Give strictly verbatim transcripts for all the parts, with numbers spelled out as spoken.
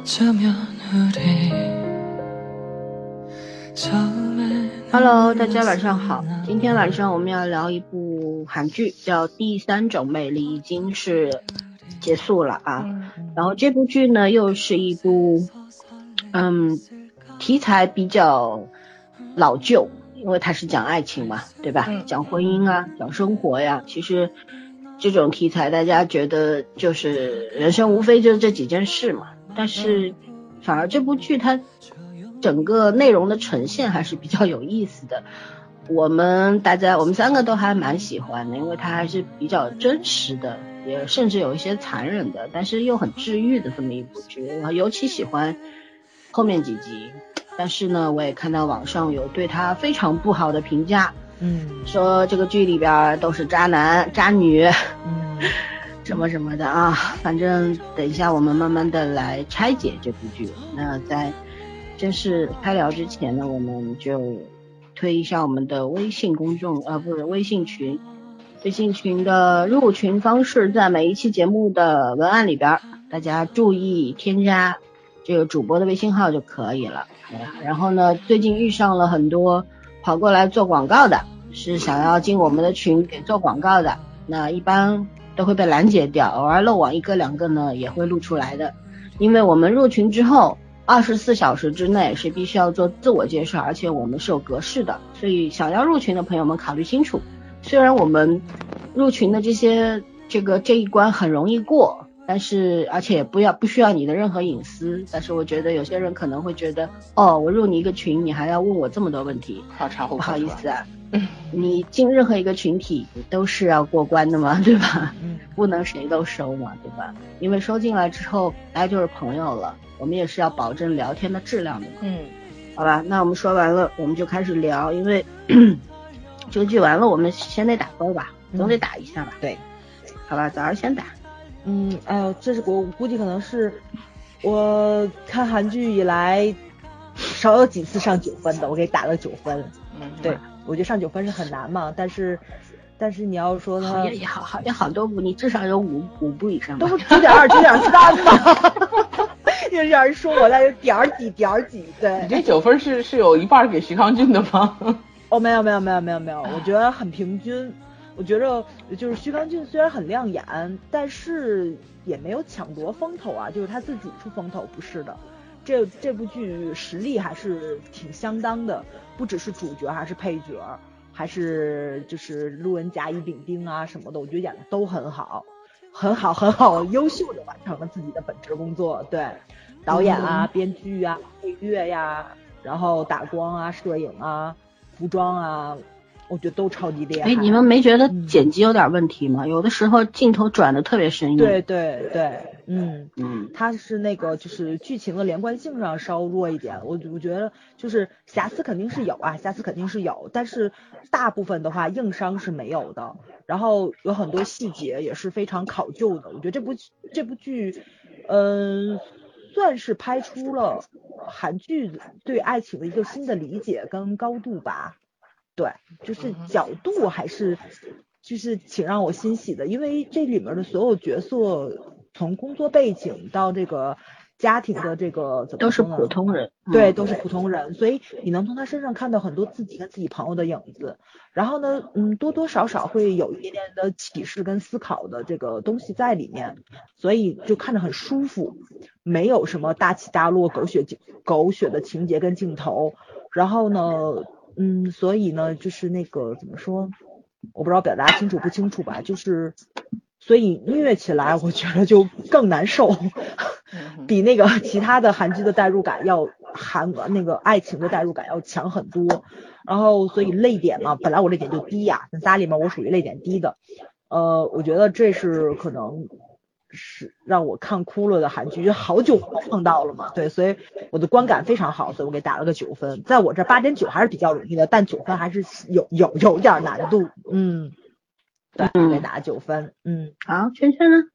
Hello， 大家晚上好。今天晚上我们要聊一部韩剧，叫《第三种魅力》，已经是结束了啊。然后这部剧呢，又是一部，嗯，题材比较老旧，因为它是讲爱情嘛，对吧？讲婚姻啊，讲生活呀。其实这种题材大家觉得就是人生无非就是这几件事嘛，但是反而这部剧它整个内容的呈现还是比较有意思的。我们大家我们三个都还蛮喜欢的，因为它还是比较真实的，也甚至有一些残忍的，但是又很治愈的这么一部剧。我尤其喜欢后面几集，但是呢我也看到网上有对它非常不好的评价，嗯，说这个剧里边都是渣男渣女，嗯，什么什么的啊。反正等一下我们慢慢的来拆解这部剧。那在正式开聊之前呢，我们就推一下我们的微信公众呃不是微信群。微信群的入群方式在每一期节目的文案里边，大家注意添加这个主播的微信号就可以了。然后呢，最近遇上了很多跑过来做广告的，是想要进我们的群给做广告的，那一般都会被拦截掉，偶尔漏网一个两个呢也会录出来的。因为我们入群之后二十四小时之内是必须要做自我介绍，而且我们是有格式的，所以想要入群的朋友们考虑清楚。虽然我们入群的这些这个这一关很容易过，但是而且不要不需要你的任何隐私，但是我觉得有些人可能会觉得，哦，我入你一个群你还要问我这么多问题，不好意思啊，你进任何一个群体都是要过关的嘛，对吧？不能谁都收嘛，对吧？因为收进来之后大家就是朋友了，我们也是要保证聊天的质量的嘛。嗯，好吧，那我们说完了我们就开始聊。因为这个剧完了我们先得打分吧，总得打一下吧。 嗯、对， 好吧，早上先打。 嗯，哎呦，这是我估计可能是我看韩剧以来少有几次上九分的，我给打了九分。嗯，对，我觉得上九分是很难嘛，但是但是你要说它也好好也好多部，你至少有五五部以上吧， 都九点二九点三嘛。就是让人说我那有点儿几点儿几。对， 你这九分是是有一半给徐康俊的吗？ 哦，没有没有没有没有没有，我觉得很平均。我觉得就是徐康俊虽然很亮眼，但是也没有抢夺风头啊，就是他自己出风头，不是的。这这部剧实力还是挺相当的，不只是主角，还是配角，还是就是路人甲乙丙丁啊什么的，我觉得演的都很好，很好很好，优秀的完成了自己的本职工作。对，导演啊、编剧啊、配乐呀，然后打光啊、摄影啊、服装啊，我觉得都超级厉害。 哎，你们没觉得剪辑有点问题吗？嗯、有的时候镜头转的特别生硬。 对对对，嗯嗯，它是那个就是剧情的连贯性上稍弱一点，我我觉得就是瑕疵肯定是有啊，瑕疵肯定是有，但是大部分的话硬伤是没有的。然后有很多细节也是非常考究的，我觉得这部这部剧，嗯、呃，算是拍出了韩剧对爱情的一个新的理解跟高度吧。对，就是角度还是就是挺让我欣喜的，因为这里面的所有角色从工作背景到这个家庭的这个怎么说呢， 都是普通人， 对，都是普通人，所以你能从他身上看到很多自己跟自己朋友的影子，然后呢，嗯，多多少少会有一点点的启示跟思考的这个东西在里面，所以就看着很舒服，没有什么大起大落、狗血狗血的情节跟镜头，然后呢。嗯，所以呢，就是那个怎么说，我不知道表达清楚不清楚吧，就是所以虐起来我觉得就更难受，比那个其他的韩剧的代入感要韩那个爱情的代入感要强很多，然后所以泪点嘛，本来我泪点就低呀，那仨里面我属于泪点低的，呃，我觉得这是可能。是让我看哭了的韩剧，好久没碰到了嘛，对，所以我的观感非常好，所以我给打了个九分，在我这八点九还是比较容易的，但九分还是有有有点难度，嗯，对，我给打九分，嗯， 好，圈圈呢？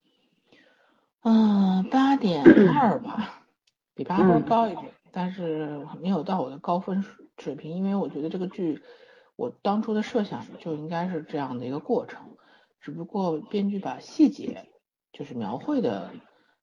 嗯，八点二吧，比八分高一点，嗯、但是没有到我的高分水平，因为我觉得这个剧我当初的设想就应该是这样的一个过程，只不过编剧把细节就是描绘的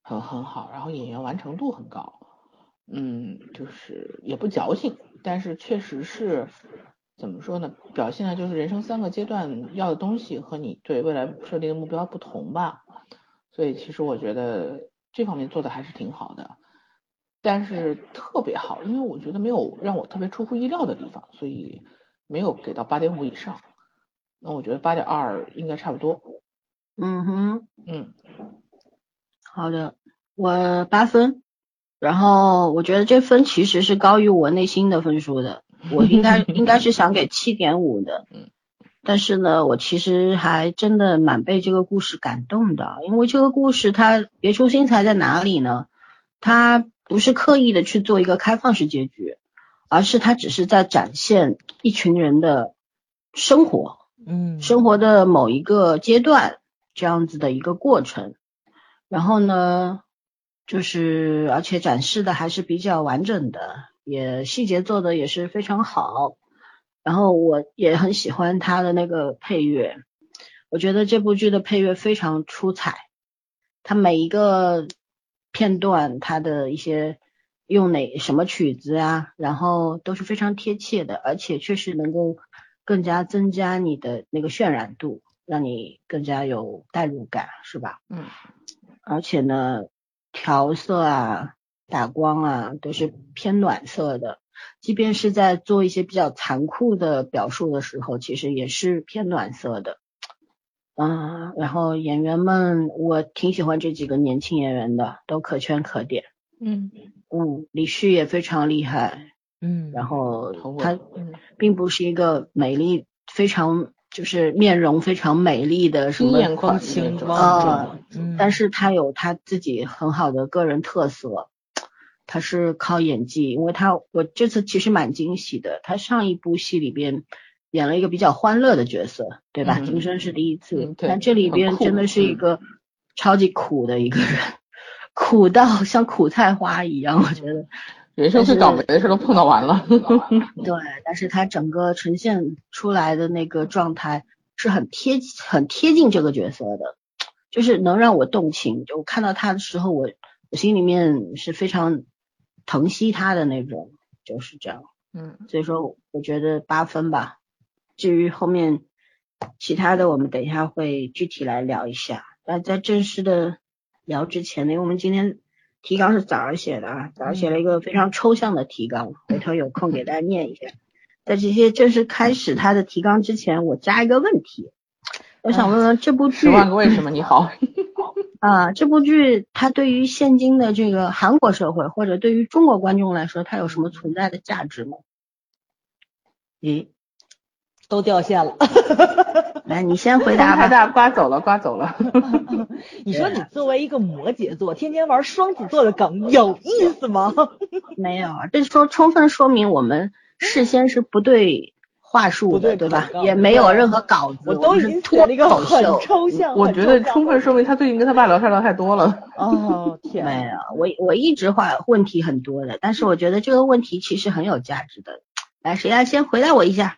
很很好，然后演员完成度很高，嗯，就是也不矫情，但是确实是怎么说呢，表现的就是人生三个阶段要的东西和你对未来设定的目标不同吧，所以其实我觉得这方面做的还是挺好的，但是特别好，因为我觉得没有让我特别出乎意料的地方，所以没有给到八点五以上，那我觉得八点二应该差不多。 嗯哼， 嗯， 好的，我八分，然后我觉得这分其实是高于我内心的分数的，我应该应该是想给七点五的，但是呢，我其实还真的蛮被这个故事感动的，因为这个故事它别出心裁在哪里呢？它不是刻意的去做一个开放式结局，而是它只是在展现一群人的生活， 嗯， 生活的某一个阶段这样子的一个过程。然后呢，就是而且展示的还是比较完整的，也细节做的也是非常好。然后我也很喜欢他的那个配乐，我觉得这部剧的配乐非常出彩，它每一个片段它的一些用哪什么曲子啊，然后都是非常贴切的，而且确实能够更加增加你的那个渲染度，让你更加有代入感，是吧？ 嗯， 而且呢，调色啊、打光啊都是偏暖色的，即便是在做一些比较残酷的表述的时候，其实也是偏暖色的。嗯，然后演员们我挺喜欢这几个年轻演员的，都可圈可点。 嗯嗯，李旭也非常厉害。 嗯， 然后头他发嗯并不是一个美丽非常就是面容非常美丽的什么惊艳款风情那种万种啊， 嗯， 但是他有他自己很好的个人特色，他是靠演技，因为他我这次其实蛮惊喜的，他上一部戏里边演了一个比较欢乐的角色，对吧？ 嗯今生是第一次， 嗯对但这里边很酷真的是一个超级苦的一个人，苦到像苦菜花一样，我觉得。 人生最倒霉的事都碰到完了。 对，但是他整个呈现出来的那个状态是很贴很贴近这个角色的，就是能让我动情。就看到他的时候，我我心里面是非常疼惜他的那种，就是这样。 嗯， 所以说我觉得八分吧。至于后面其他的，我们等一下会具体来聊一下。但在正式的聊之前呢，因为我们今天提纲是早上写的啊，早上写了一个非常抽象的提纲，回头有空给大家念一下。在这些正式开始他的提纲之前，我加一个问题，我想问问这部剧十万个为什么你好啊，这部剧它对于现今的这个韩国社会或者对于中国观众来说，它有什么存在的价值吗？ 咦，都掉线了。 来，你先回答吧。 太大，刮走了，刮走了。 你说你作为一个摩羯座，天天玩双子座的梗，有意思吗？ 没有，这说充分说明我们事先是不对话术的，对吧？也没有任何稿子， 我都已经写了一个很抽象。 我觉得充分说明他最近跟他爸聊天聊太多了。 哦天， 没有，我我一直话问题很多的，但是我觉得这个问题其实很有价值的。来，谁来先回答我一下？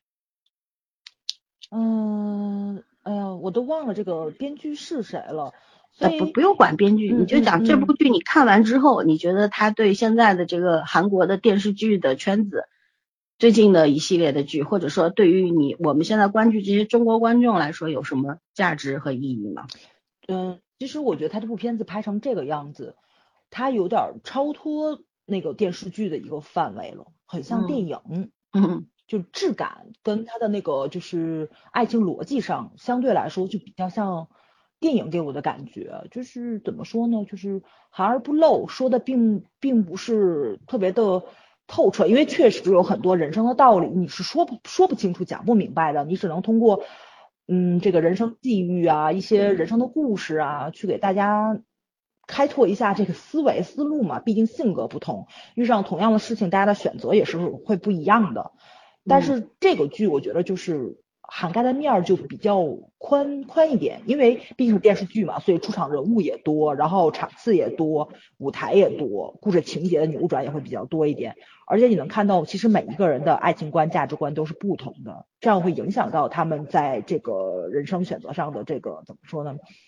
嗯，哎呀，我都忘了这个编剧是谁了。 呃，不不用管编剧， 嗯、 你就讲这部剧你看完之后，嗯、你觉得他对现在的这个韩国的电视剧的圈子，最近的一系列的剧，或者说对于你我们现在关注这些中国观众来说，有什么价值和意义吗？ 嗯，其实我觉得他这部片子拍成这个样子，他有点超脱那个电视剧的一个范围了，很像电影。 嗯。嗯， 就质感跟他的那个就是爱情逻辑上相对来说就比较像电影给我的感觉，就是怎么说呢，就是含而不露，说的并并不是特别的透彻，因为确实有很多人生的道理你是说不说不清楚讲不明白的，你只能通过嗯这个人生际遇啊，一些人生的故事啊，去给大家开拓一下这个思维思路嘛，毕竟性格不同，遇上同样的事情大家的选择也是会不一样的。但是这个剧我觉得就是涵盖的面就比较宽宽一点，因为毕竟是电视剧嘛，所以出场人物也多，然后场次也多，舞台也多，故事情节的扭转也会比较多一点，而且你能看到其实每一个人的爱情观价值观都是不同的，这样会影响到他们在这个人生选择上的这个怎么说呢，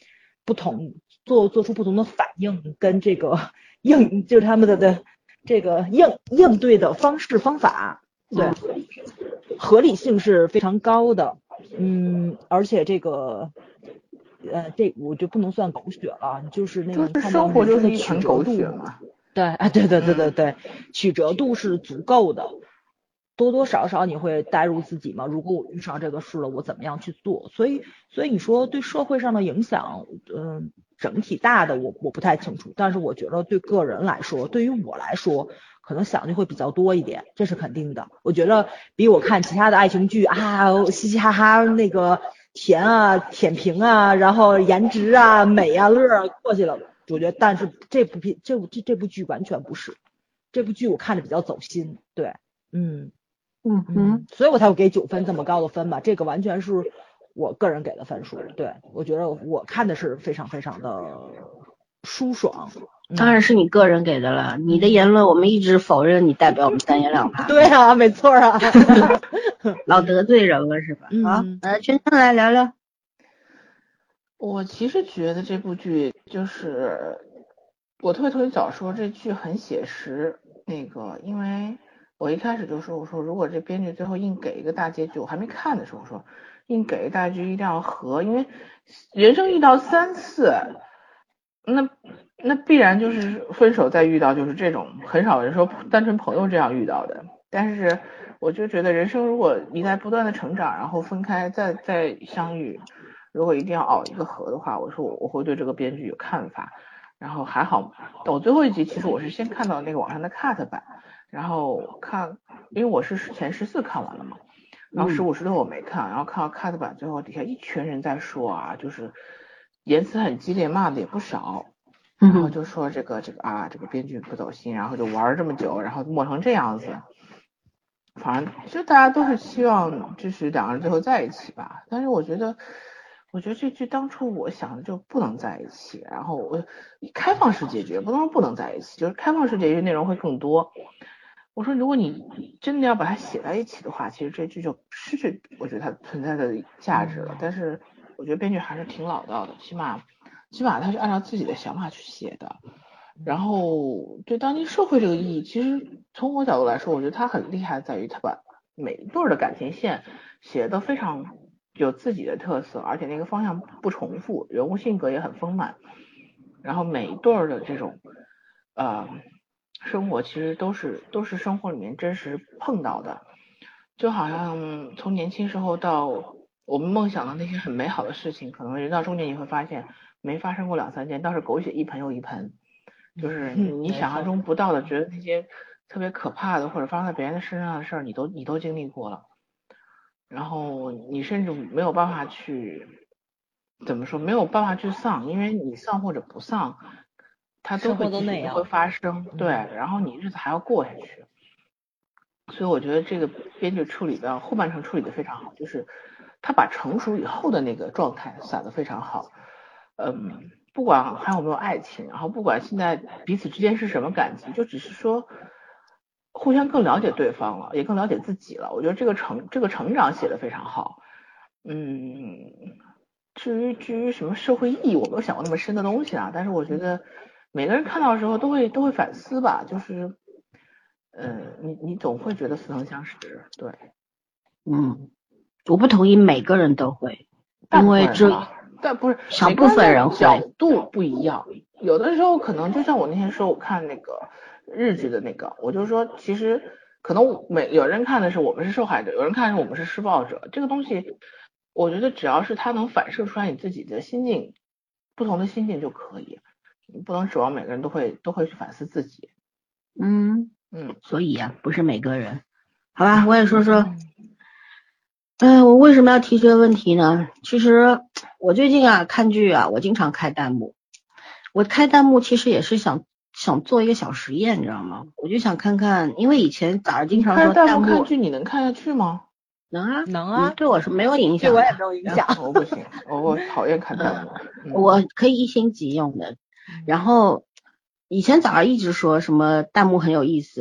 不同做做出不同的反应，跟这个应就是他们的的这个应应对的方式方法，对，合理性是非常高的，嗯，而且这个呃这我就不能算狗血了，就是那种看到生活就是一曲盆狗折度血嘛， 对啊，对对对对对，曲折度是足够的。多多少少你会带入自己嘛？如果我遇上这个事了，我怎么样去做？所以，所以你说对社会上的影响，嗯、呃，整体大的我我不太清楚，但是我觉得对个人来说，对于我来说，可能想的会比较多一点，这是肯定的。我觉得比我看其他的爱情剧啊，嘻嘻哈哈那个甜啊、舔屏啊，然后颜值啊、美啊、乐啊过去了，我觉得，但是这部片这部这这部剧完全不是，这部剧我看着比较走心，对，嗯。 嗯嗯，所以我才会给九分这么高的分吧，这个完全是我个人给的分数。对，我觉得我看的是非常非常的舒爽。 嗯、当然是你个人给的了，你的言论我们一直否认你代表我们三言两拍。 对啊，没错啊， 老得罪人了是吧？好，呃，圈圈来聊聊。 我其实觉得这部剧就是我特别特别早说这剧很写实，那个因为。我一开始就说，我说如果这编剧最后硬给一个大结局，我还没看的时候说，硬给一大结局一定要和，因为人生遇到三次，那那必然就是分手再遇到，就是这种很少人说单纯朋友这样遇到的。但是我就觉得人生如果你在不断的成长，然后分开再再相遇，如果一定要熬一个和的话，我说我我会对这个编剧有看法。然后还好，我最后一集其实我是先看到那个网上的 cut 版。然后看，因为我是前十四看完了嘛，然后十五十六我没看，然后看到 cut 版最后底下一群人在说啊，就是言辞很激烈，骂的也不少，然后就说这个这个啊这个编剧不走心，然后就玩这么久，然后磨成这样子，反正就大家都是希望就是两个人最后在一起吧，但是我觉得。我觉得这剧当初我想的就不能在一起，然后我开放式结局，不能说不能在一起，就是开放式结局内容会更多。我说如果你真的要把它写在一起的话，其实这剧就失去我觉得它存在的价值了。但是我觉得编剧还是挺老道的，起码起码他是按照自己的想法去写的。然后对当今社会这个意义，其实从我角度来说，我觉得他很厉害，在于他把每一对的感情线写的非常。有自己的特色，而且那个方向不重复，人物性格也很丰满，然后每一对儿的这种呃生活其实都是都是生活里面真实碰到的，就好像从年轻时候到我们梦想的那些很美好的事情，可能人到中年你会发现没发生过两三件，倒是狗血一盆又一盆，就是你想象中不到的，觉得那些特别可怕的或者发生在别人的身上的事儿，你都你都经历过了。然后你甚至没有办法去怎么说，没有办法去丧，因为你丧或者不丧，它都会继续会发生，对，然后你日子还要过下去。所以我觉得这个编剧处理的后半程处理的非常好，就是他把成熟以后的那个状态散得非常好。嗯，不管还有没有爱情，然后不管现在彼此之间是什么感情，就只是说。互相更了解对方了，也更了解自己了。我觉得这个成这个成长写得非常好。嗯，至于至于什么社会意义，我没有想过那么深的东西啊。但是我觉得每个人看到的时候都会都会反思吧，就是，呃，你你总会觉得似曾相识，对。 嗯，我不同意，每个人都会，因为这但不是少部分人会角度不一样，有的时候可能就像我那天说，我看那个。日剧的那个，我就说，其实可能每有人看的是我们是受害者，有人看的是我们是施暴者。这个东西，我觉得只要是它能反射出来你自己的心境，不同的心境就可以，你不能指望每个人都会都会去反思自己。 嗯嗯， 所以啊，不是每个人。好吧，我也说说。嗯、呃，我为什么要提这个问题呢？其实我最近啊看剧啊，我经常开弹幕。我开弹幕其实也是想。想做一个小实验，你知道吗？我就想看看，因为以前早上经常说弹幕看剧，你能看下去吗？ 能啊， 能啊， 对我是没有影响， 对我也没有影响。 我不行，我讨厌看弹幕。 嗯、我可以一心几用的。然后以前早上一直说什么弹幕很有意思，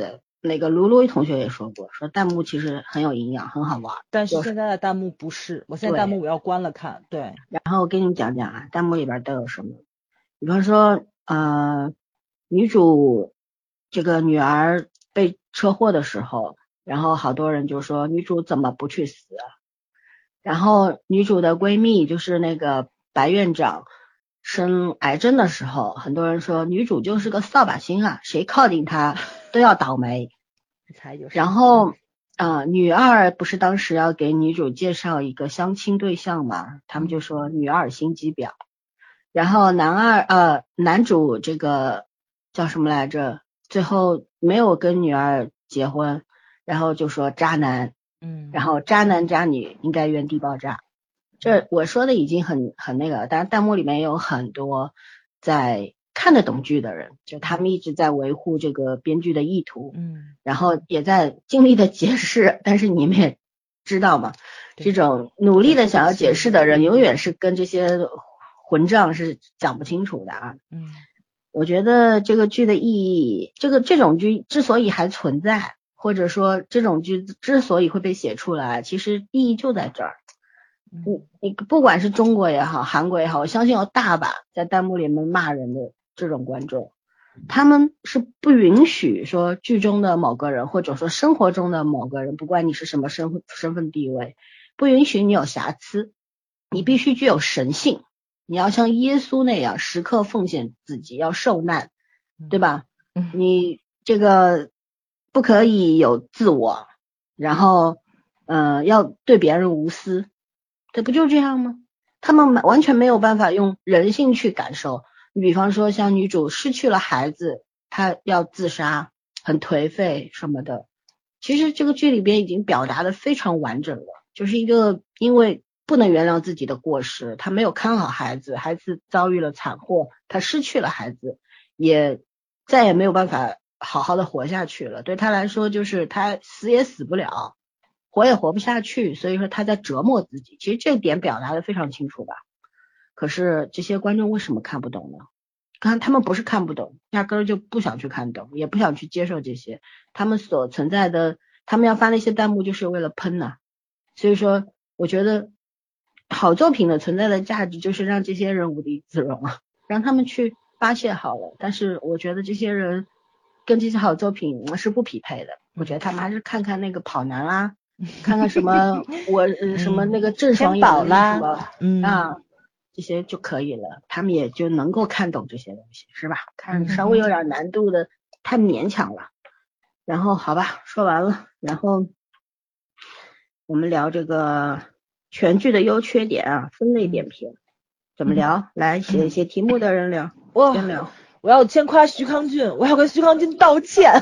那个卢卢同学也说过，说弹幕其实很有营养，很好玩。 但是现在的弹幕不是，我现在弹幕我要关了看。对。 然后我给你们讲讲啊，弹幕里边都有什么。比方说，呃，女主这个女儿被车祸的时候，然后好多人就说女主怎么不去死？然后女主的闺蜜就是那个白院长生癌症的时候，很多人说女主就是个扫把星啊，谁靠近她都要倒霉。然后呃，女二不是当时要给女主介绍一个相亲对象嘛，他们就说女二心机婊。然后男二呃男主这个叫什么来着，最后没有跟女二结婚，然后就说渣男。嗯，然后渣男渣女应该原地爆炸。这我说的已经很很那个，但是弹幕里面也有很多在看得懂剧的人，就他们一直在维护这个编剧的意图，嗯，然后也在尽力的解释，但是你们也知道嘛，这种努力的想要解释的人，永远是跟这些混账是讲不清楚的啊。嗯，我觉得这个剧的意义，这个这种剧之所以还存在，或者说这种剧之所以会被写出来，其实意义就在这儿。你你不管是中国也好，韩国也好，我相信有大把在弹幕里面骂人的这种观众，他们是不允许说剧中的某个人，或者说生活中的某个人，不管你是什么身份身份地位，不允许你有瑕疵，你必须具有神性，你要像耶稣那样时刻奉献自己，要受难，对吧？你这个不可以有自我，然后呃要对别人无私，这不就这样吗？他们完全没有办法用人性去感受。你比方说像女主失去了孩子，她要自杀，很颓废什么的，其实这个剧里边已经表达的非常完整了，就是一个因为不能原谅自己的过失，她没有看好孩子，孩子遭遇了惨祸，她失去了孩子，也再也没有办法好好的活下去了，对她来说就是她死也死不了，活也活不下去，所以说她在折磨自己，其实这点表达的非常清楚吧。可是这些观众为什么看不懂呢？看他们不是看不懂，压根儿就不想去看懂，也不想去接受这些，他们所存在的，他们要发那些弹幕就是为了喷呐、啊。所以说我觉得好作品的存在的价值就是让这些人无地自容啊，让他们去发泄好了。但是我觉得这些人跟这些好作品是不匹配的，我觉得他们还是看看那个跑男啦，看看什么我、呃、什么那个郑爽演的什么、嗯、啊这些就可以了，他们也就能够看懂这些东西，是吧？看稍微有点难度的太勉强了。然后好吧，说完了，然后我们聊这个全剧的优缺点啊，分类点评怎么聊、嗯、来写写题目的人聊、嗯、先聊。 我要先夸徐康俊，我要跟徐康俊道歉。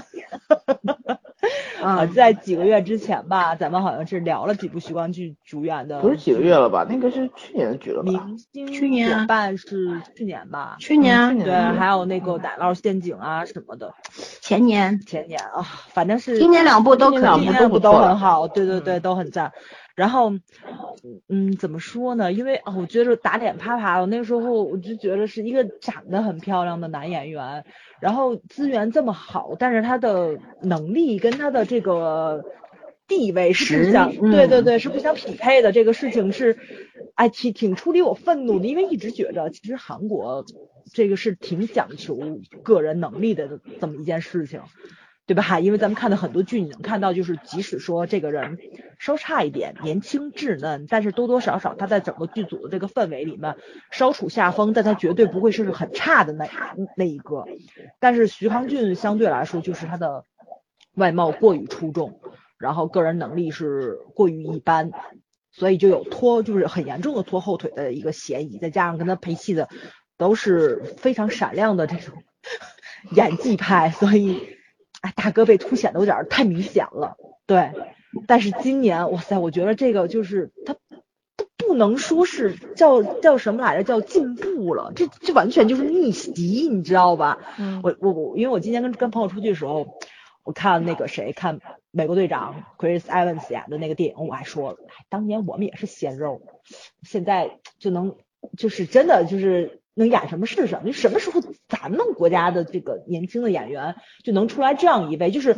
啊，在几个月之前吧，咱们好像是聊了几部徐康俊主演的， 不是几个月了吧？那个是去年的剧了吧？ 明星减半是去年吧？ 去年， 嗯、对，还有那个奶酪陷阱啊什么的， 前年， 前年啊，反正是今年两部都可以， 今年两部都很好，对对对，都很赞。然后，嗯，怎么说呢？因为啊、哦，我觉得打脸啪啪，我那个时候我就觉得是一个长得很漂亮的男演员，然后资源这么好，但是他的能力跟他的这个地位是不相，嗯、对对对，是不相匹配的。这个事情是，哎，挺挺出离我愤怒的，因为一直觉着其实韩国这个是挺讲求个人能力的这么一件事情。对吧？因为咱们看的很多剧，你能看到，就是即使说这个人稍差一点，年轻稚嫩，但是多多少少他在整个剧组的这个氛围里面稍处下风，但他绝对不会是很差的那那一个。但是徐康俊相对来说，就是他的外貌过于出众，然后个人能力是过于一般，所以就有拖，就是很严重的拖后腿的一个嫌疑。再加上跟他配戏的都是非常闪亮的这种演技派，所以。哎，大哥被凸显的有点太明显了，对。但是今年，哇塞，我觉得这个就是他，他不能说是叫叫什么来着，叫进步了，这这完全就是逆袭，你知道吧？嗯。我我我，因为我今天跟跟朋友出去的时候，我看那个谁看美国队长 Chris Evans 演的那个电影，我还说了，哎，当年我们也是鲜肉，现在就能就是真的就是。能演什么是什么？就什么时候咱们国家的这个年轻的演员就能出来这样一位？就是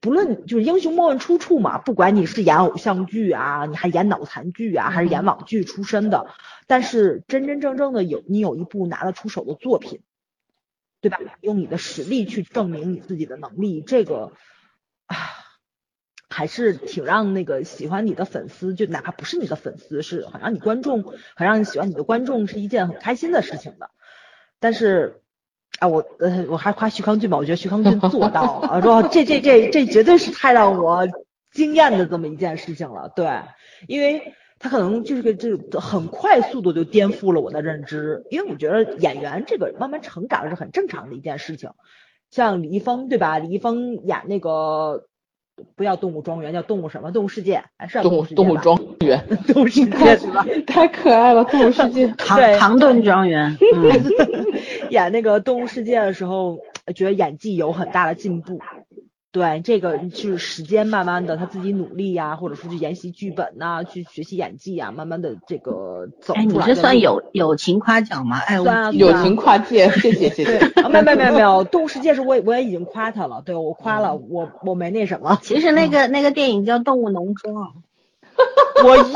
不论就是英雄莫问出处嘛，不管你是演偶像剧啊，你还演脑残剧啊，还是演网剧出身的，但是真真正正的有你有一部拿得出手的作品，对吧？用你的实力去证明你自己的能力，这个啊。还是挺让那个喜欢你的粉丝，就哪怕不是你的粉丝，是很让你观众，很让你喜欢你的观众是一件很开心的事情的。但是啊，我呃我还夸徐康俊吧，我觉得徐康俊做到了，说这这这这绝对是太让我惊艳的这么一件事情了。对，因为他可能就是个这很快速的就颠覆了我的认知，因为我觉得演员这个慢慢成长是很正常的一件事情。像李易峰对吧？李易峰演那个。不要动物庄园，叫动物什么？动物世界还是动物动物庄园？ 动物世界是吧？ 太可爱了，动物世界。 唐唐顿庄园。嗯， 演那个动物世界的时候，觉得演技有很大的进步。对，这个就是时间慢慢的他自己努力呀、啊，或者说去研习剧本呐、啊，去学习演技啊，慢慢的这个走出来。 哎，你这算有友情夸奖吗？哎， 算友情跨界，谢谢谢谢。 啊，没没没没有，动物世界是我我也已经夸他了，对我夸了，我我没那什么。 其实那个、嗯、那个电影叫《动物农庄》， 我一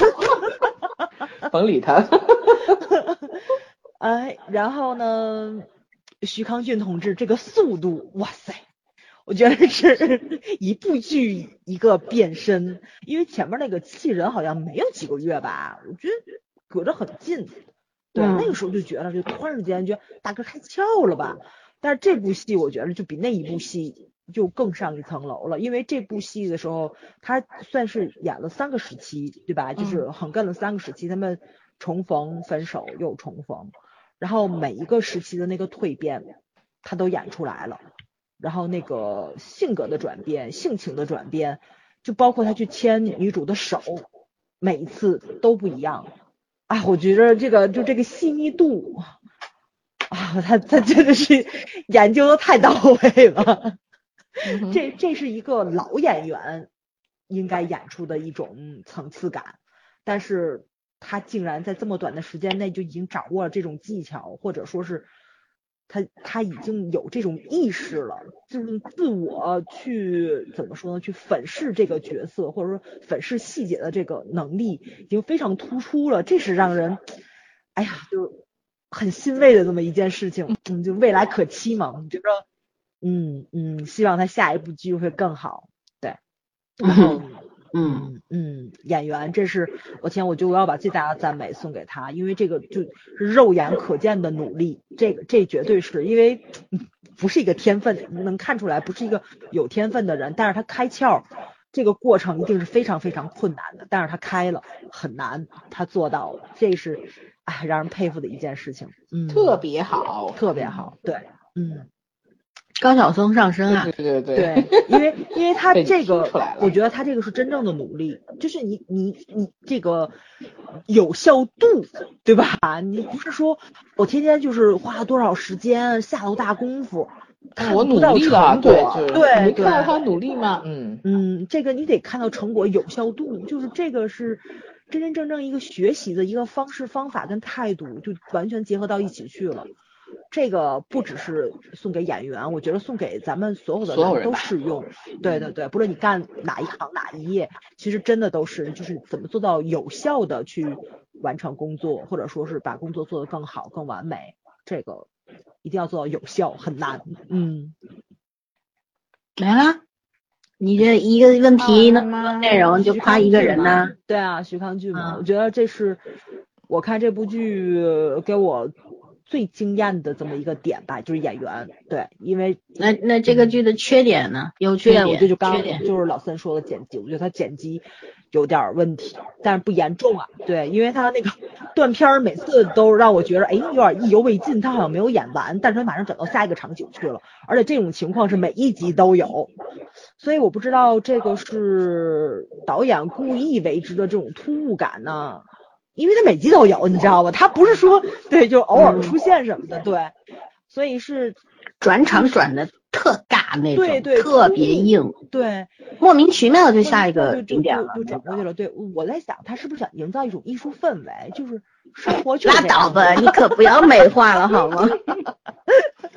甭理他。 哎，然后呢，徐康俊同志这个速度，哇塞！我觉得是一部剧一个变身，因为前面那个气人好像没有几个月吧，我觉得隔着很近，对，嗯、那个时候就觉得就突然之间觉得大哥开窍了吧，但是这部戏我觉得就比那一部戏就更上一层楼了，因为这部戏的时候他算是演了三个时期，对吧？就是横亘了三个时期，他们重逢、分手又重逢，然后每一个时期的那个蜕变，他都演出来了。然后那个性格的转变，性情的转变，就包括他去牵女主的手，每一次都不一样啊！我觉得这个就这个细腻度啊，他他真的是研究的太到位了。嗯、这这是一个老演员应该演出的一种层次感，但是他竟然在这么短的时间内就已经掌握了这种技巧，或者说是。他他已经有这种意识了，就是自我去怎么说呢？去粉饰这个角色，或者说粉饰细节的这个能力，已经非常突出了。这是让人，哎呀，就很欣慰的这么一件事情。嗯，就未来可期嘛。我觉得，嗯嗯，希望他下一部剧会更好。对，然后。嗯嗯，演员，这是我天，我就要把最大的赞美送给他，因为这个就是肉眼可见的努力，这个这绝对是因为不是一个天分，能看出来不是一个有天分的人，但是他开窍这个过程一定是非常非常困难的，但是他开了很难，他做到了，这是哎让人佩服的一件事情，嗯， 特别好， 特别好，对，嗯。 高晓松上身啊， 对对对对，因为因为他这个，我觉得他这个是真正的努力，就是你你你这个有效度，对吧？你不是说我天天就是花多少时间下多大功夫，看我努力了，对对，你看到他努力吗？嗯嗯，这个你得看到成果有效度，就是这个是真真正正一个学习的一个方式方法跟态度，就完全结合到一起去了。这个不只是送给演员，我觉得送给咱们所有的人都适用。对对对，不论你干哪一行哪一业，其实真的都是就是怎么做到有效的去完成工作，或者说是把工作做得更好更完美，这个一定要做到有效，很难。嗯， 来啦，你这一个问题那么多内容就夸一个人呢？ 对啊，徐康俊嘛，嗯、我觉得这是我看这部剧给我最惊艳的这么一个点吧，就是演员，对，因为那那这个剧的缺点呢？有缺点， 我觉得就刚就是老三说的剪辑，我觉得他剪辑有点问题，但是不严重啊，对，因为他那个断片每次都让我觉得，哎，有点意犹未尽，他好像没有演完，但是他马上转到下一个场景去了，而且这种情况是每一集都有，所以我不知道这个是导演故意为之的这种突兀感呢。因为他每集都有，你知道吧？他不是说对，就偶尔出现什么的，嗯、对，所以是转场转的特尬那种， 对对， 特别硬， 对， 莫名其妙就下一个景点了， 就转过去了。对，我在想他是不是想营造一种艺术氛围，就是生活就拉倒吧，你可不要美化了好吗？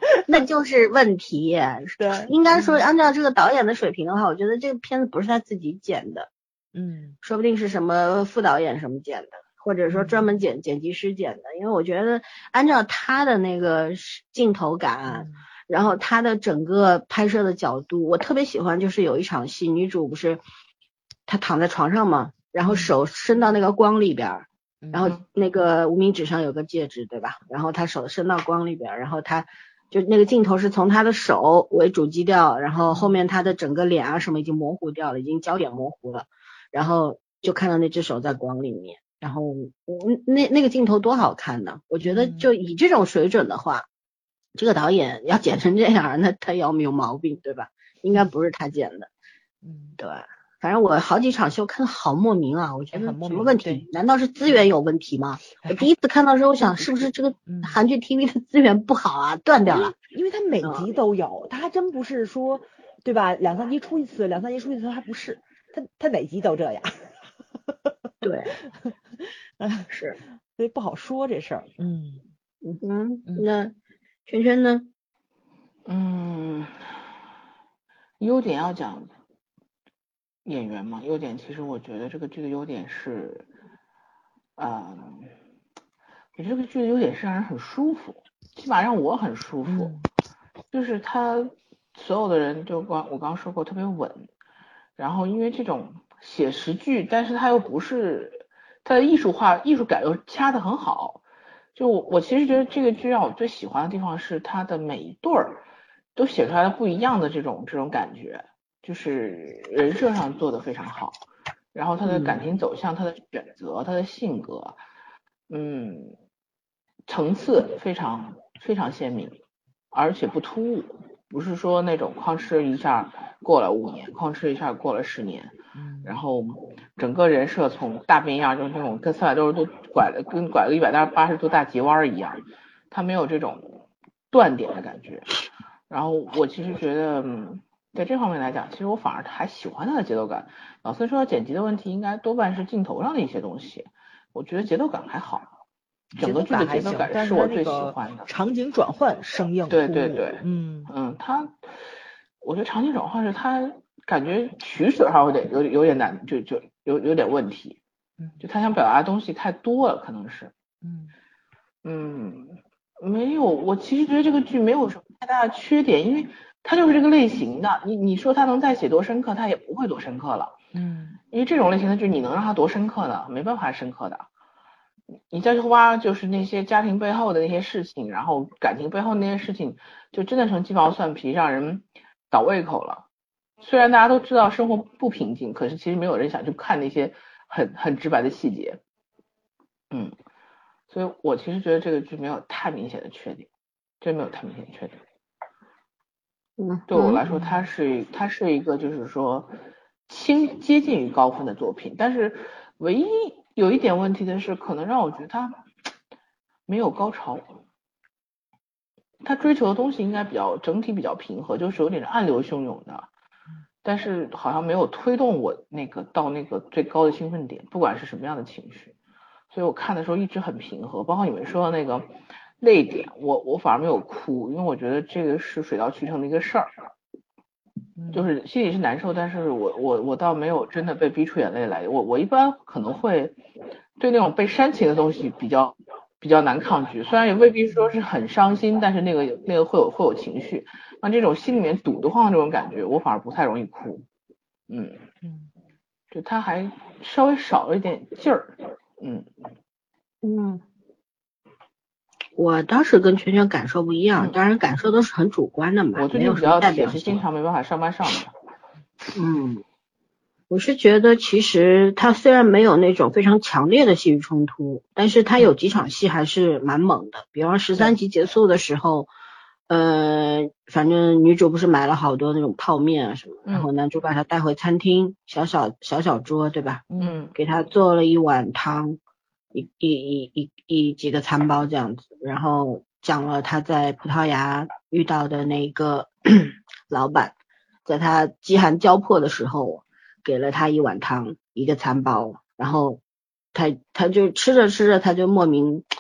那就是问题。 对， 应该说按照这个导演的水平的话，我觉得这个片子不是他自己剪的， 嗯， 说不定是什么副导演什么剪的，或者说专门剪剪辑师剪的。因为我觉得按照他的那个镜头感， 嗯， 然后他的整个拍摄的角度，我特别喜欢，就是有一场戏，女主不是她躺在床上嘛，然后手伸到那个光里边。然后那个无名指上有个戒指，对吧？然后他手伸到光里边，然后他就那个镜头是从他的手为主基调，然后后面他的整个脸啊什么已经模糊掉了，已经焦点模糊了，然后就看到那只手在光里面，然后那那个镜头多好看呢！我觉得就以这种水准的话，这个导演要剪成这样，那他要没有毛病，对吧？应该不是他剪的， 嗯， 对。反正我好几场戏我看的好莫名啊，我觉得什么问题？难道是资源有问题吗？我第一次看到的时候，我想是不是这个韩剧 T V 的资源不好啊，断掉了？ 因为它每集都有，它还真不是说，对吧？两三集出一次，两三集出一次，还不是，它它哪集都这样。 对，是， 所以不好说这事儿。 嗯嗯哼，那圈圈呢？ 嗯，优点要讲演员嘛，优点其实我觉得这个剧的优点是，嗯，我觉得这个剧的优点是让人很舒服，起码让我很舒服， 嗯、 就是他所有的人就刚我刚刚说过特别稳，然后因为这种写实剧，但是他又不是他的艺术化艺术感又掐得很好，就我我其实觉得这个剧让我最喜欢的地方是他的每一对儿都写出来了不一样的这种这种感觉。就是人设上做的非常好，然后他的感情走向、他的选择、他的性格，嗯，层次非常非常鲜明，而且不突兀，不是说那种哐哧一下过了五年，哐哧一下过了十年，然后整个人设从大变样，就是那种跟三百六十度拐了，跟拐了一百八十度大急弯一样，他没有这种断点的感觉。然后我其实觉得，嗯。在这方面来讲，其实我反而还喜欢它的节奏感。老孙说剪辑的问题，应该多半是镜头上的一些东西。我觉得节奏感还好，整个剧的节奏感是我最喜欢的。 场景转换生硬， 对对对， 嗯嗯，它，我觉得场景转换是它感觉取舍上有点有有点难，就就有有点问题。就他想表达的东西太多了，可能是。 嗯嗯，没有，我其实觉得这个剧没有什么太大的缺点，因为它就是这个类型的，你你说它能再写多深刻，它也不会多深刻了。 嗯， 因为这种类型的剧，你能让它多深刻呢？没办法深刻的。你再去挖，就是那些家庭背后的那些事情，然后感情背后那些事情，就真的成鸡毛蒜皮，让人倒胃口了。虽然大家都知道生活不平静，可是其实没有人想去看那些很很直白的细节。嗯。所以我其实觉得这个剧没有太明显的缺点，真没有太明显的缺点。 嗯， 对我来说，它是它是一个就是说轻接近于高分的作品，但是唯一有一点问题的是，可能让我觉得它没有高潮。它追求的东西应该比较整体比较平和，就是有点暗流汹涌的，但是好像没有推动我那个到那个最高的兴奋点，不管是什么样的情绪。所以我看的时候一直很平和，包括你们说的那个泪点，我我反而没有哭，因为我觉得这个是水到渠成的一个事儿，就是心里是难受，但是我我我倒没有真的被逼出眼泪来。我我一般可能会对那种被煽情的东西比较比较难抗拒，虽然也未必说是很伤心，但是那个那个会有会有情绪，那这种心里面堵得慌的这种感觉，我反而不太容易哭。嗯嗯，就它还稍微少了一点劲儿。嗯嗯，我倒是跟圈圈感受不一样，当然感受都是很主观的嘛， 我最近比较铁石心肠，没办法上班上的。 嗯，我是觉得其实他虽然没有那种非常强烈的戏剧冲突，但是他有几场戏还是蛮猛的，比方十三集结束的时候，呃，反正女主不是买了好多那种泡面啊什么，然后男主把她带回餐厅，小小小小桌，对吧？ 嗯， 给她做了一碗汤，一一一一一几个餐包这样子，然后讲了他在葡萄牙遇到的那个老板，在他饥寒交迫的时候给了他一碗汤一个餐包，然后他他就吃着吃着他就莫名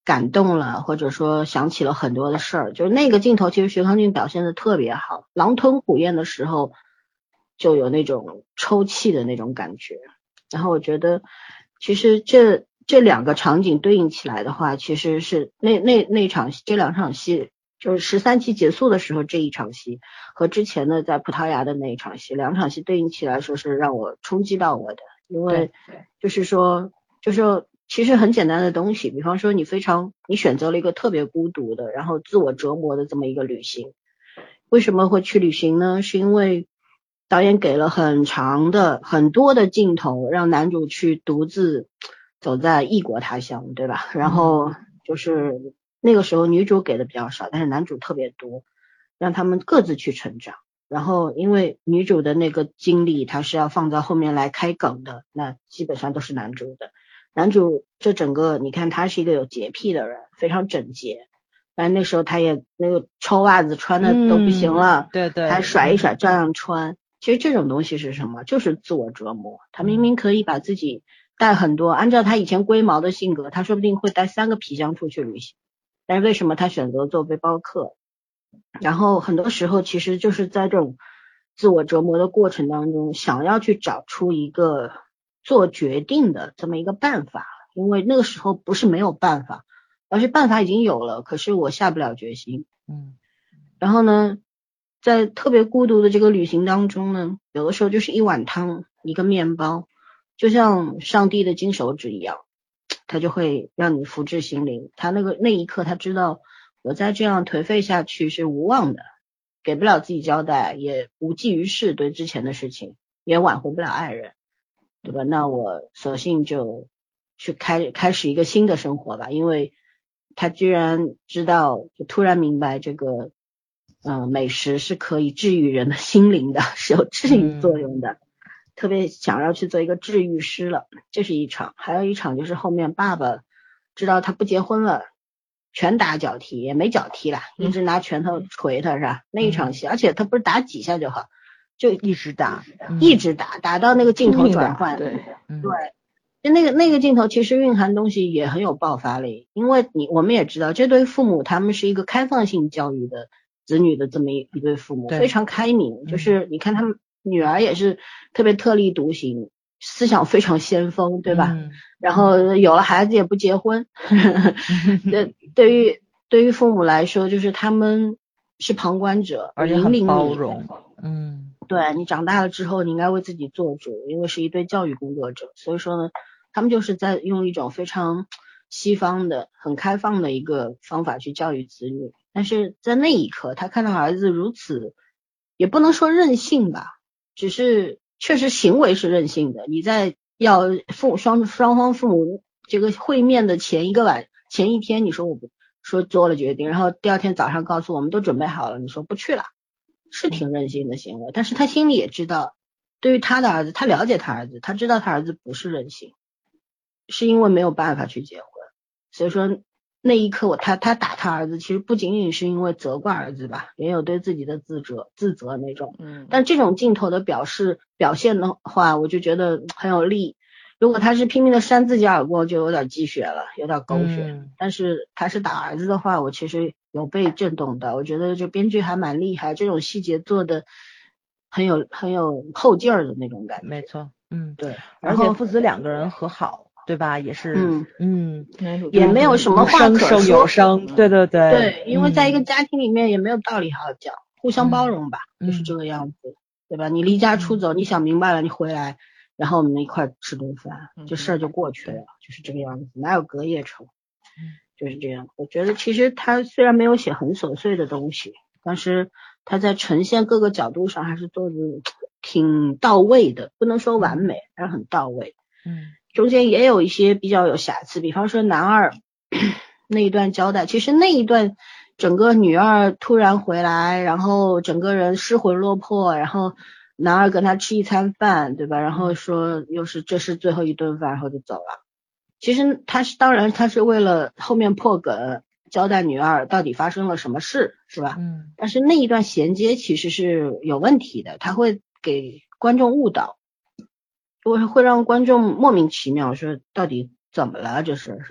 感动了，或者说想起了很多的事儿。就是那个镜头，其实徐康俊表现的特别好，狼吞虎咽的时候就有那种抽泣的那种感觉。然后我觉得，其实这这两个场景对应起来的话，其实是那那那场这两场戏，就是十三期结束的时候这一场戏和之前的在葡萄牙的那一场戏，两场戏对应起来说是让我冲击到我的，因为就是说就是其实很简单的东西，比方说你非常你选择了一个特别孤独的，然后自我折磨的这么一个旅行，为什么会去旅行呢？是因为导演给了很长的很多的镜头，让男主去独自走在异国他乡，对吧？然后就是那个时候女主给的比较少，但是男主特别多，让他们各自去成长。然后因为女主的那个经历她是要放到后面来开梗的，那基本上都是男主的。男主这整个你看他是一个有洁癖的人，非常整洁，但那时候他也那个臭袜子穿的都不行了， 嗯、对对， 还甩一甩照样穿。其实这种东西是什么？就是自我折磨。他明明可以把自己带很多，按照他以前龟毛的性格，他说不定会带三个皮箱出去旅行，但是为什么他选择做背包客？然后很多时候其实就是在这种自我折磨的过程当中，想要去找出一个做决定的这么一个办法，因为那个时候不是没有办法，而是办法已经有了，可是我下不了决心。 嗯， 然后呢，在特别孤独的这个旅行当中呢，有的时候就是一碗汤，一个面包，就像上帝的金手指一样，他就会让你福至心灵。他那个那一刻他知道我再这样颓废下去是无望的，给不了自己交代，也无济于事，对之前的事情也挽回不了爱人，对吧？那我索性就去开开始一个新的生活吧。因为他居然知道，就突然明白这个嗯、呃，美食是可以治愈人的心灵的，是有治愈作用的、嗯、特别想要去做一个治愈师了。这是一场。还有一场就是后面爸爸知道他不结婚了，拳打脚踢，也没脚踢了，一直拿拳头捶他，是吧、嗯、那一场戏，而且他不是打几下就好，就一直打、 嗯、一直打打到那个镜头转换。 对对，就那个那个镜头其实蕴含东西也很有爆发力。因为你我们也知道这对父母他们是一个开放性教育的子女的这么一一对父母，非常开明，就是你看他们女儿也是特别特立独行，思想非常先锋，对吧、嗯、然后有了孩子也不结婚对对于对于父母来说，就是他们是旁观者， 而且很包容。嗯， 对，你长大了之后你应该为自己做主，因为是一对教育工作者，所以说呢他们就是在用一种非常西方的很开放的一个方法去教育子女。但是在那一刻他看到儿子如此，也不能说任性吧，只是确实行为是任性的。你在要父双双方父母这个会面的前一个晚前一天，你说我不说做了决定，然后第二天早上告诉我们都准备好了，你说不去了，是挺任性的行为。但是他心里也知道，对于他的儿子，他了解他儿子，他知道他儿子不是任性，是因为没有办法去结婚。所以说那一刻我他他打他儿子，其实不仅仅是因为责怪儿子吧，也有对自己的自责自责那种。嗯，但这种镜头的表示表现的话，我就觉得很有力。如果他是拼命的扇自己耳光，就有点鸡血了，有点狗血、嗯、但是他是打儿子的话，我其实有被震动的。我觉得这编剧还蛮厉害，这种细节做的很有很有后劲儿的那种感觉。 没错，嗯， 对， 而且父子两个人和好，对吧？也是，嗯嗯，也没有什么话可说， 有声，对对对对，因为在一个家庭里面也没有道理好好讲，嗯、互相包容吧、嗯，就是这个样子，对吧？你离家出走、嗯，你想明白了，你回来，然后我们一块吃顿饭，嗯、这事儿就过去了、嗯，就是这个样子，哪有隔夜仇？嗯，就是这样。我觉得其实他虽然没有写很琐碎的东西，但是他在呈现各个角度上还是做的挺到位的，不能说完美，但是很到位。嗯。中间也有一些比较有瑕疵，比方说男二那一段交代，其实那一段整个女二突然回来，然后整个人失魂落魄，然后男二跟他吃一餐饭，对吧？然后说又是这是最后一顿饭，然后就走了。其实他是当然他是为了后面破梗交代女二到底发生了什么事，是吧？嗯。但是那一段衔接其实是有问题的，他会给观众误导。会会让观众莫名其妙说到底怎么了，这是是吧？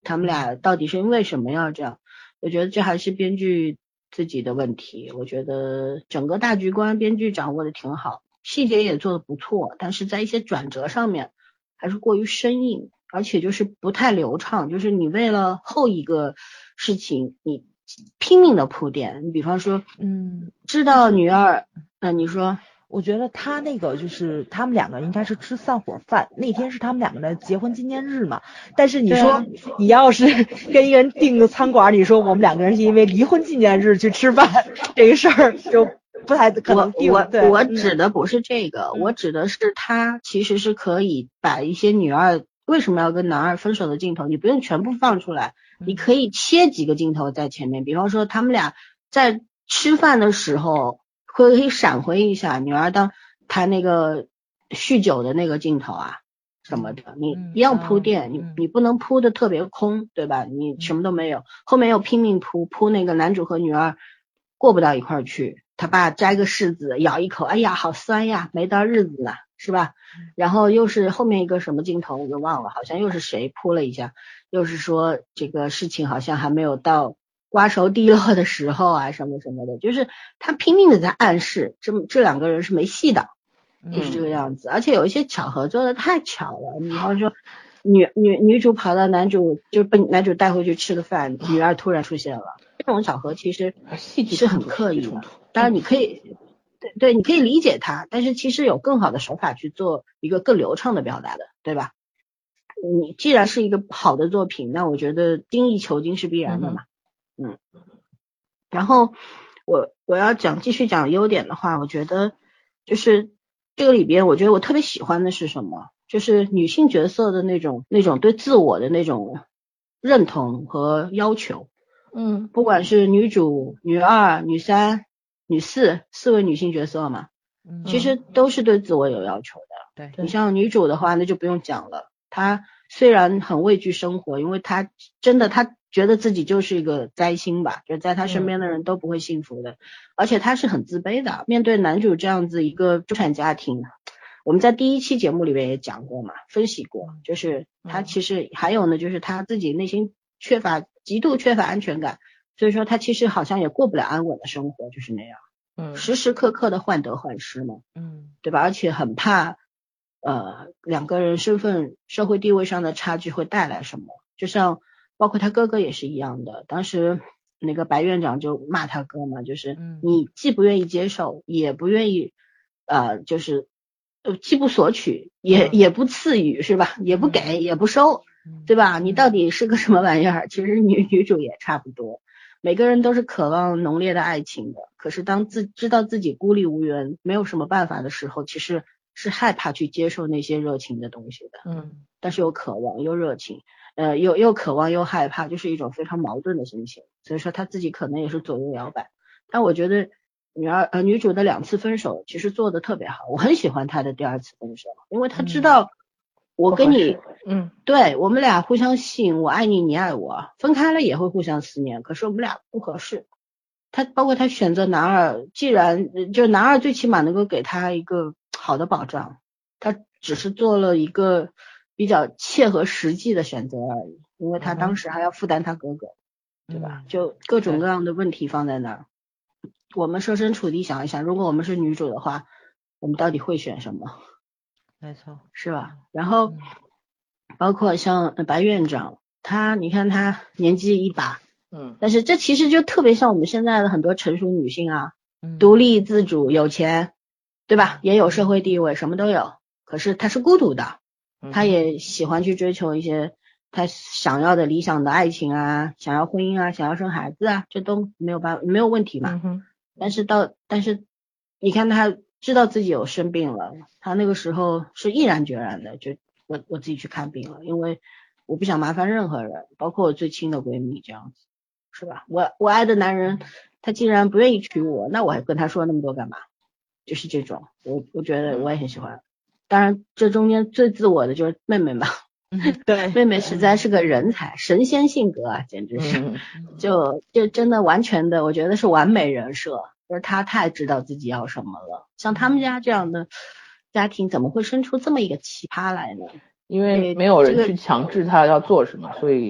他们俩到底是因为什么要这样？我觉得这还是编剧自己的问题。我觉得整个大局观编剧掌握的挺好，细节也做的不错，但是在一些转折上面还是过于生硬，而且就是不太流畅，就是你为了后一个事情你拼命的铺垫，你比方说嗯， 知道女二，那、呃、你说。 我觉得他那个就是他们两个应该是吃散伙饭，那天是他们两个的结婚纪念日嘛。但是你说、啊、你要是跟一个人订个餐馆，你说我们两个人是因为离婚纪念日去吃饭，这个事儿就不太可能定。 我对， 我指的不是这个、嗯，我指的是他其实是可以把一些女二为什么要跟男二分手的镜头，你不用全部放出来，嗯、你可以切几个镜头在前面，比方说他们俩在吃饭的时候。可以闪回一下女儿当她那个酗酒的那个镜头啊什么的，你一样铺垫，你你不能铺的特别空，对吧？你什么都没有，后面又拼命铺铺那个男主和女儿过不到一块儿去，他爸摘个柿子咬一口，哎呀好酸呀，没到日子呢，是吧？然后又是后面一个什么镜头我就忘了，好像又是谁铺了一下，又是说这个事情好像还没有到瓜熟蒂落的时候啊，什么什么的，就是他拼命的在暗示这这两个人是没戏的，就是这个样子。嗯、而且有一些巧合做的太巧了，比方说女女女主跑到男主就被男主带回去吃个饭，女二突然出现了，这种巧合其实是很刻意的。当然你可以对对，你可以理解它，但是其实有更好的手法去做一个更流畅的表达的，对吧？你既然是一个好的作品，那我觉得精益求精是必然的嘛。嗯嗯，然后我我要讲继续讲优点的话，我觉得就是这个里边，我觉得我特别喜欢的是什么？就是女性角色的那种那种对自我的那种认同和要求。 嗯， 不管是女主、女二、女三、女四四位女性角色嘛，嗯，其实都是对自我有要求的。 对， 你像女主的话，那就不用讲了，她虽然很畏惧生活，因为她真的她。觉得自己就是一个灾星吧，就在他身边的人都不会幸福的，嗯、而且他是很自卑的。面对男主这样子一个中产家庭，我们在第一期节目里面也讲过嘛，分析过，就是他其实还有呢，就是他自己内心缺乏极度缺乏安全感，所以说他其实好像也过不了安稳的生活，就是那样， 嗯， 时时刻刻的患得患失嘛， 嗯， 对吧？而且很怕呃两个人身份社会地位上的差距会带来什么，就像。包括他哥哥也是一样的，当时那个白院长就骂他哥嘛，就是你既不愿意接受，也不愿意呃，就是呃既不索取，也也不赐予，是吧？也不给，也不收，对吧？你到底是个什么玩意儿？其实女女主也差不多，每个人都是渴望浓烈的爱情的，可是当自知道自己孤立无援，没有什么办法的时候，其实是害怕去接受那些热情的东西的， 嗯， 但是又渴望又热情。呃，又又渴望又害怕，就是一种非常矛盾的心情。所以说他自己可能也是左右摇摆。但我觉得女二呃女主的两次分手其实做的特别好，我很喜欢她的第二次分手，因为她知道我跟你， 嗯， 对我们俩互相吸引，我爱你，你爱我，分开了也会互相思念，可是我们俩不合适。他包括他选择男二，既然就男二最起码能够给他一个好的保障，他只是做了一个。比较切合实际的选择而已，因为他当时还要负担他哥哥，嗯、对吧？就各种各样的问题放在那儿。我们设身处地想一想，如果我们是女主的话，我们到底会选什么？ 没错， 是吧？然后、嗯、包括像白院长，他你看他年纪一把， 嗯， 但是这其实就特别像我们现在的很多成熟女性啊， 嗯、 独立自主、有钱，对吧？也有社会地位，什么都有，可是他是孤独的。他也喜欢去追求一些他想要的理想的爱情啊，想要婚姻啊，想要生孩子啊，这都没有办法，没有问题嘛。 嗯、 但是到，但是你看他知道自己有生病了，他那个时候是毅然决然的，就我我自己去看病了，因为我不想麻烦任何人，包括我最亲的闺蜜这样子，是吧？我我爱的男人，他既然不愿意娶我，那我还跟他说那么多干嘛？就是这种，我我觉得我也很喜欢。当然这中间最自我的就是妹妹嘛， 嗯，对， 妹妹实在是个人才，神仙性格啊，简直是， 嗯、 就就真的完全的，我觉得是完美人设，就是她太知道自己要什么了。像他们家这样的家庭，怎么会生出这么一个奇葩来呢？ 因为没有人去强制她要做什么，所以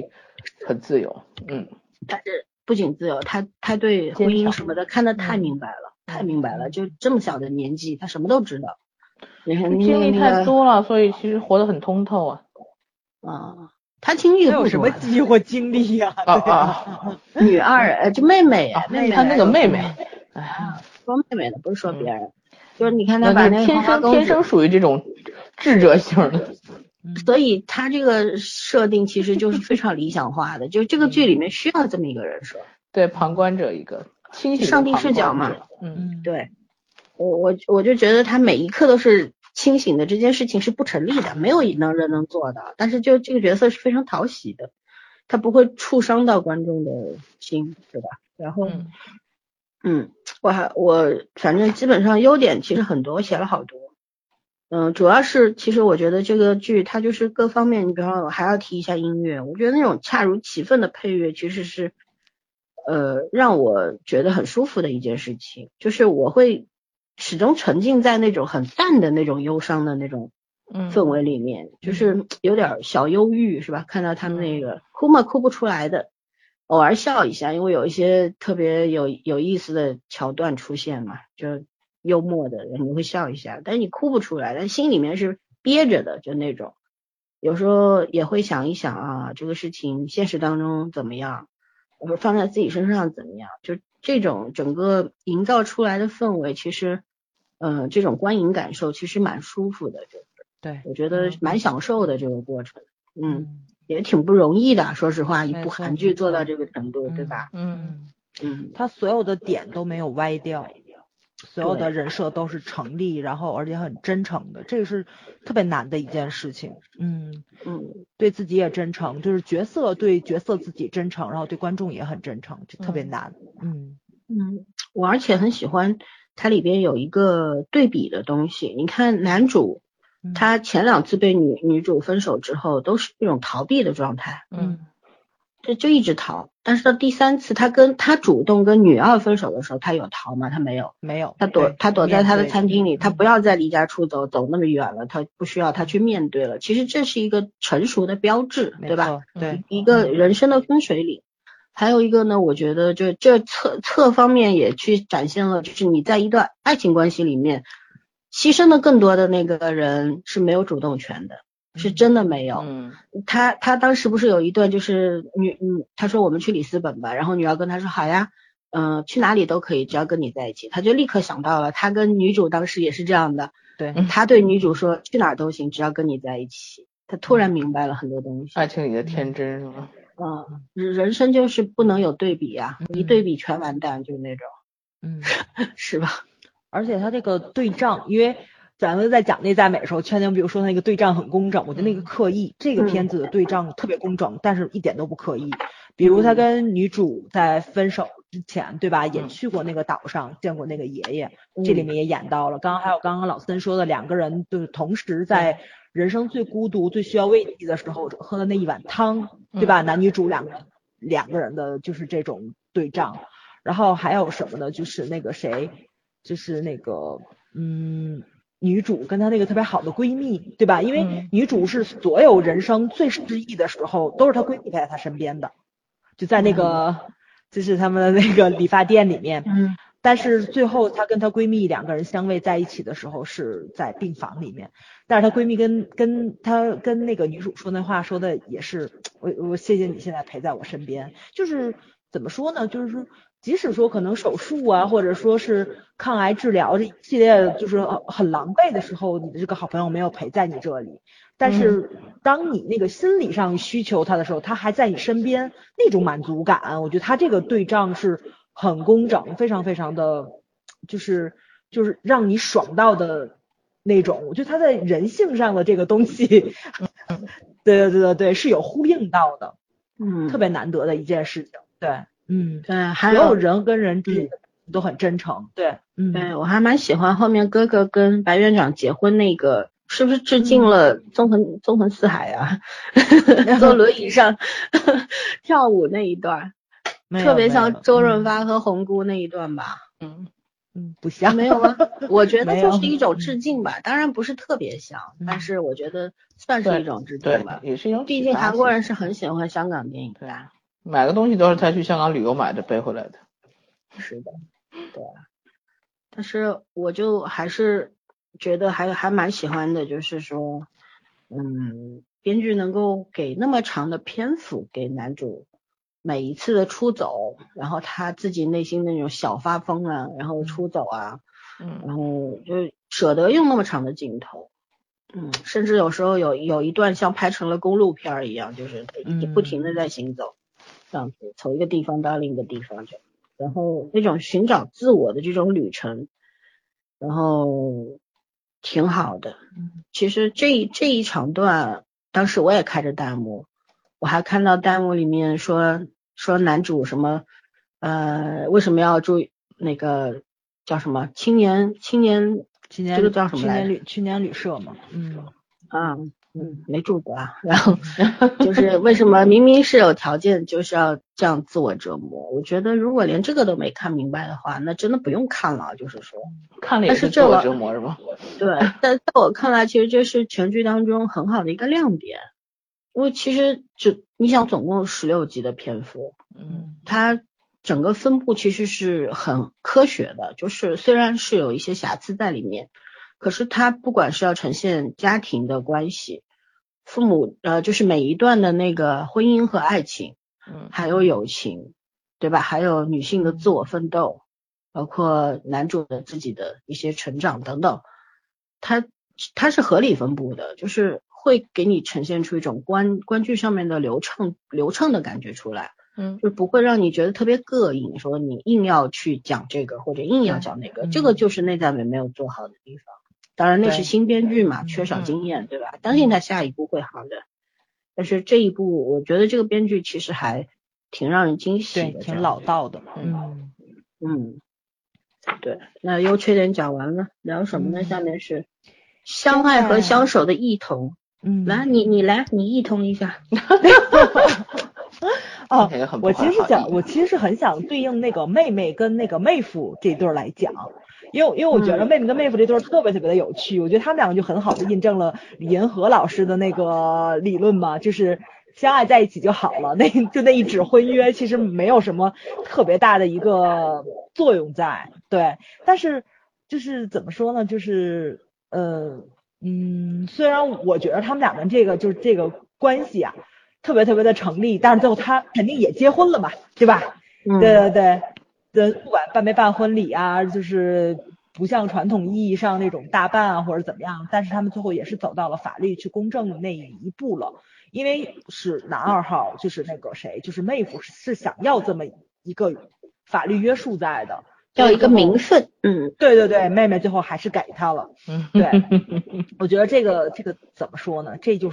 很自由，嗯， 但是不仅自由，他他对婚姻什么的看得太明白了，嗯、太明白了，就这么小的年纪，他什么都知道。你看经历太多了，所以其实活得很通透啊。 啊，他经历他有什么机会经历呀、 啊？啊啊！ 女二，呃，就妹妹， 啊、 妹妹， 他那个妹妹， 哎，说妹妹的，不是说别人，嗯、就是你看他把那个天生天生属于这种智者型的。 所以他这个设定其实就是非常理想化的，就这个剧里面需要这么一个人设， 对，旁观者一个清醒的上帝视角嘛， 嗯， 对，我我我就觉得他每一刻都是清醒的，这件事情是不成立的，没有能人能做到，但是就这个角色是非常讨喜的，他不会触伤到观众的心，对吧？然后，嗯，嗯我还我反正基本上优点其实很多，我写了好多。嗯，主要是其实我觉得这个剧它就是各方面，你比方说我还要提一下音乐，我觉得那种恰如其分的配乐其实是呃让我觉得很舒服的一件事情，就是我会始终沉浸在那种很淡的那种忧伤的那种氛围里面，嗯、就是有点小忧郁是吧？看到他们那个、嗯、哭嘛哭不出来的，偶尔笑一下，因为有一些特别有有意思的桥段出现嘛，就幽默的人你会笑一下，但是你哭不出来，但心里面是憋着的，就那种。有时候也会想一想啊，这个事情现实当中怎么样，或者放在自己身上怎么样，就这种整个营造出来的氛围，其实，呃，这种观影感受其实蛮舒服的，就是对， 我觉得蛮享受的这个过程，嗯，嗯也挺不容易的，说实话，一部韩剧做到这个程度，对吧？ 嗯嗯，他所有的点都没有歪掉。所有的人设都是成立，然后而且很真诚的，这个是特别难的一件事情。嗯嗯， 对自己也真诚，就是角色对角色自己真诚，然后对观众也很真诚，就特别难。嗯嗯，我而且很喜欢它里边有一个对比的东西。你看男主，他前两次被女女主分手之后，都是一种逃避的状态。 嗯。 就就一直逃，但是到第三次他跟他主动跟女二分手的时候，他有逃吗？他没有， 没有， 他躲他躲在他的餐厅里，他不要再离家出走，走那么远了，他不需要他去面对了。其实这是一个成熟的标志，对吧？ 对， 一个人生的分水岭。还有一个呢，我觉得就这侧侧方面也去展现了，就是你在一段爱情关系里面牺牲的更多的那个人是没有主动权的。是真的没有， 嗯， 他他当时不是有一段就是女嗯，他说我们去里斯本吧，然后女儿跟他说好呀，嗯、呃，去哪里都可以，只要跟你在一起，他就立刻想到了，他跟女主当时也是这样的， 对， 他对女主说去哪儿都行，只要跟你在一起，他突然明白了很多东西， 爱情里的天真是吧？ 嗯，人生就是不能有对比啊，一对比全完蛋，就是那种， 嗯， 是吧？ 而且他这个对仗，因为。咱们在讲内在美的时候，圈定比如说那个对仗很工整，我觉得那个刻意，这个片子的对仗特别工整，但是一点都不刻意。比如他跟女主在分手之前，对吧，也去过那个岛上见过那个爷爷，这里面也演到了。刚刚还有刚刚老森说的，两个人就是同时在人生最孤独、最需要慰藉的时候喝的那一碗汤，对吧？男女主两个人两个人的就是这种对仗。然后还有什么呢？就是那个谁，就是那个嗯。女主跟她那个特别好的闺蜜，对吧？因为女主是所有人生最失意的时候，都是她闺蜜陪在她身边的，就在那个就是他们的那个理发店里面。 嗯。 但是最后她跟她闺蜜两个人相偎在一起的时候是在病房里面。但是她闺蜜跟跟她跟那个女主说那话说的也是，我我谢谢你现在陪在我身边，就是怎么说呢？就是说。即使说可能手术啊，或者说是抗癌治疗这一系列就是很狼狈的时候，你的这个好朋友没有陪在你这里，但是当你那个心理上需求他的时候，他还在你身边，那种满足感，我觉得他这个对仗是很工整，非常非常的，就是就是让你爽到的那种。我觉得他在人性上的这个东西，对对对对对，是有呼应到的， 嗯， 特别难得的一件事情，对。嗯， 对，还有所有人跟人之间都很真诚，对，嗯， 对我还蛮喜欢后面哥哥跟白院长结婚那个，是不是致敬了纵横纵横四海啊？坐轮椅上跳舞那一段，特别像周润发和红姑那一段吧？ 嗯， 嗯，不像。 没有啊，我觉得就是一种致敬吧，当然不是特别像，嗯、但是我觉得算是一种致敬吧， 也是一种。 毕竟韩国人是很喜欢香港电影的， 买个东西都是他去香港旅游买的背回来的。 是的，对。但是我就还是觉得还还蛮喜欢的，就是说，嗯，编剧能够给那么长的篇幅给男主。每一次的出走，然后他自己内心那种小发疯啊，然后出走啊， 嗯， 然后就舍得用那么长的镜头，嗯，甚至有时候有有一段像拍成了公路片一样，就是一直不停的在行走，这样子从一个地方到另一个地方去，然后那种寻找自我的这种旅程，然后挺好的。其实这这一长段，当时我也开着弹幕。我还看到弹幕里面说说男主什么呃为什么要注意那个叫什么青年青年青年这个叫什么来着？ 青年旅青年旅社嘛，嗯啊嗯没注过啊。然后就是为什么明明是有条件就是要这样自我折磨？我觉得如果连这个都没看明白的话，那真的不用看了。就是说看了也是自我折磨是吧？ 对，但在我看来，其实这是全剧当中很好的一个亮点。因为其实只你想总共十六集的篇幅， 嗯， 它整个分布其实是很科学的，就是虽然是有一些瑕疵在里面，可是它不管是要呈现家庭的关系，父母呃就是每一段的那个婚姻和爱情， 嗯， 还有友情，对吧？还有女性的自我奋斗，包括男主的自己的一些成长等等，它它是合理分布的，就是会给你呈现出一种观观剧上面的流畅流畅的感觉出来， 嗯， 就不会让你觉得特别膈应，说你硬要去讲这个或者硬要讲那个， 嗯、 这个就是内在美没有做好的地方。当然那是新编剧嘛，缺少经验，对吧？相信他下一步会好的。但是这一部我觉得这个编剧其实还挺让人惊喜的， 对，挺老道的。 嗯嗯，对。那优缺点讲完了，聊什么呢？嗯、下面是相爱和相守的异同。嗯，来你你来你异同一下。 哦，我其实是讲，我其实是很想对应那个妹妹跟那个妹夫这对来讲。因为因为我觉得妹妹跟妹夫这对特别特别的有趣，嗯、我觉得他们两个就很好的印证了银河老师的那个理论嘛，就是相爱在一起就好了，那就那一纸婚约其实没有什么特别大的一个作用在，对，但是就是怎么说呢，就是呃嗯，虽然我觉得他们两个这个就是这个关系啊特别特别的成立，但是最后他肯定也结婚了嘛，对吧？嗯、对对对。的不管办没办婚礼啊，就是不像传统意义上那种大办啊或者怎么样，但是他们最后也是走到了法律去公证那一步了，因为是男二号，就是那个谁，就是妹夫是想要这么一个法律约束在的， 要一个名分，嗯， 对对对，妹妹最后还是给他了，对，我觉得这个这个怎么说呢？这就是。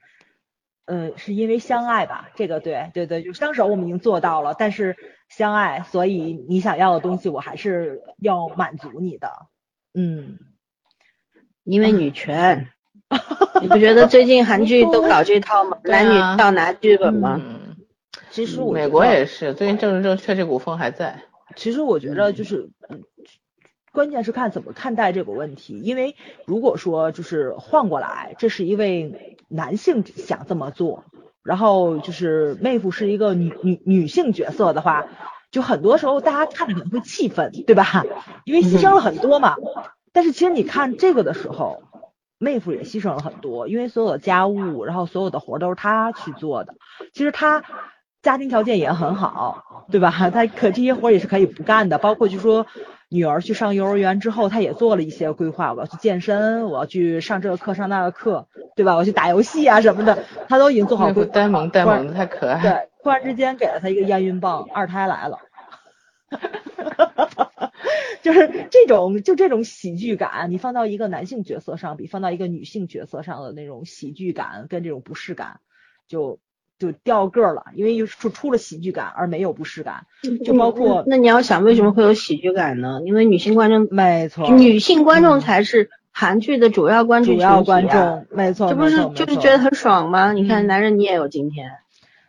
嗯，是因为相爱吧？这个对对对，就相守我们已经做到了，但是相爱，所以你想要的东西我还是要满足你的。嗯， 因为女权，你不觉得最近韩剧都搞这套吗？男女倒拿剧本吗？ 嗯， 其实我美国也是，最近政治正确这股风还在。 其实我觉得就是嗯。关键是看怎么看待这个问题，因为如果说就是换过来，这是一位男性想这么做，然后就是妹夫是一个女女女性角色的话，就很多时候大家看着可能会气愤，对吧？因为牺牲了很多嘛。但是其实你看这个的时候，妹夫也牺牲了很多，因为所有的家务，然后所有的活都是他去做的。其实他家庭条件也很好，对吧？他可这些活也是可以不干的，包括就说。女儿去上幼儿园之后，她也做了一些规划，我要去健身，我要去上这个课上那个课，对吧？我去打游戏啊什么的，她都已经做好规划。 呆萌呆萌的太可爱。 对，突然之间给了她一个验孕棒，二胎来了。就是这种就这种喜剧感，你放到一个男性角色上，比放到一个女性角色上的那种喜剧感跟这种不适感，就。就掉个了，因为出出了喜剧感而没有不适感，就包括、 嗯、那你要想为什么会有喜剧感呢？因为女性观众， 没错， 女性观众才是韩剧的主要观众、 啊、主要观众，没错， 这不是就是觉得很爽吗？ 嗯、 你看男人你也有今天，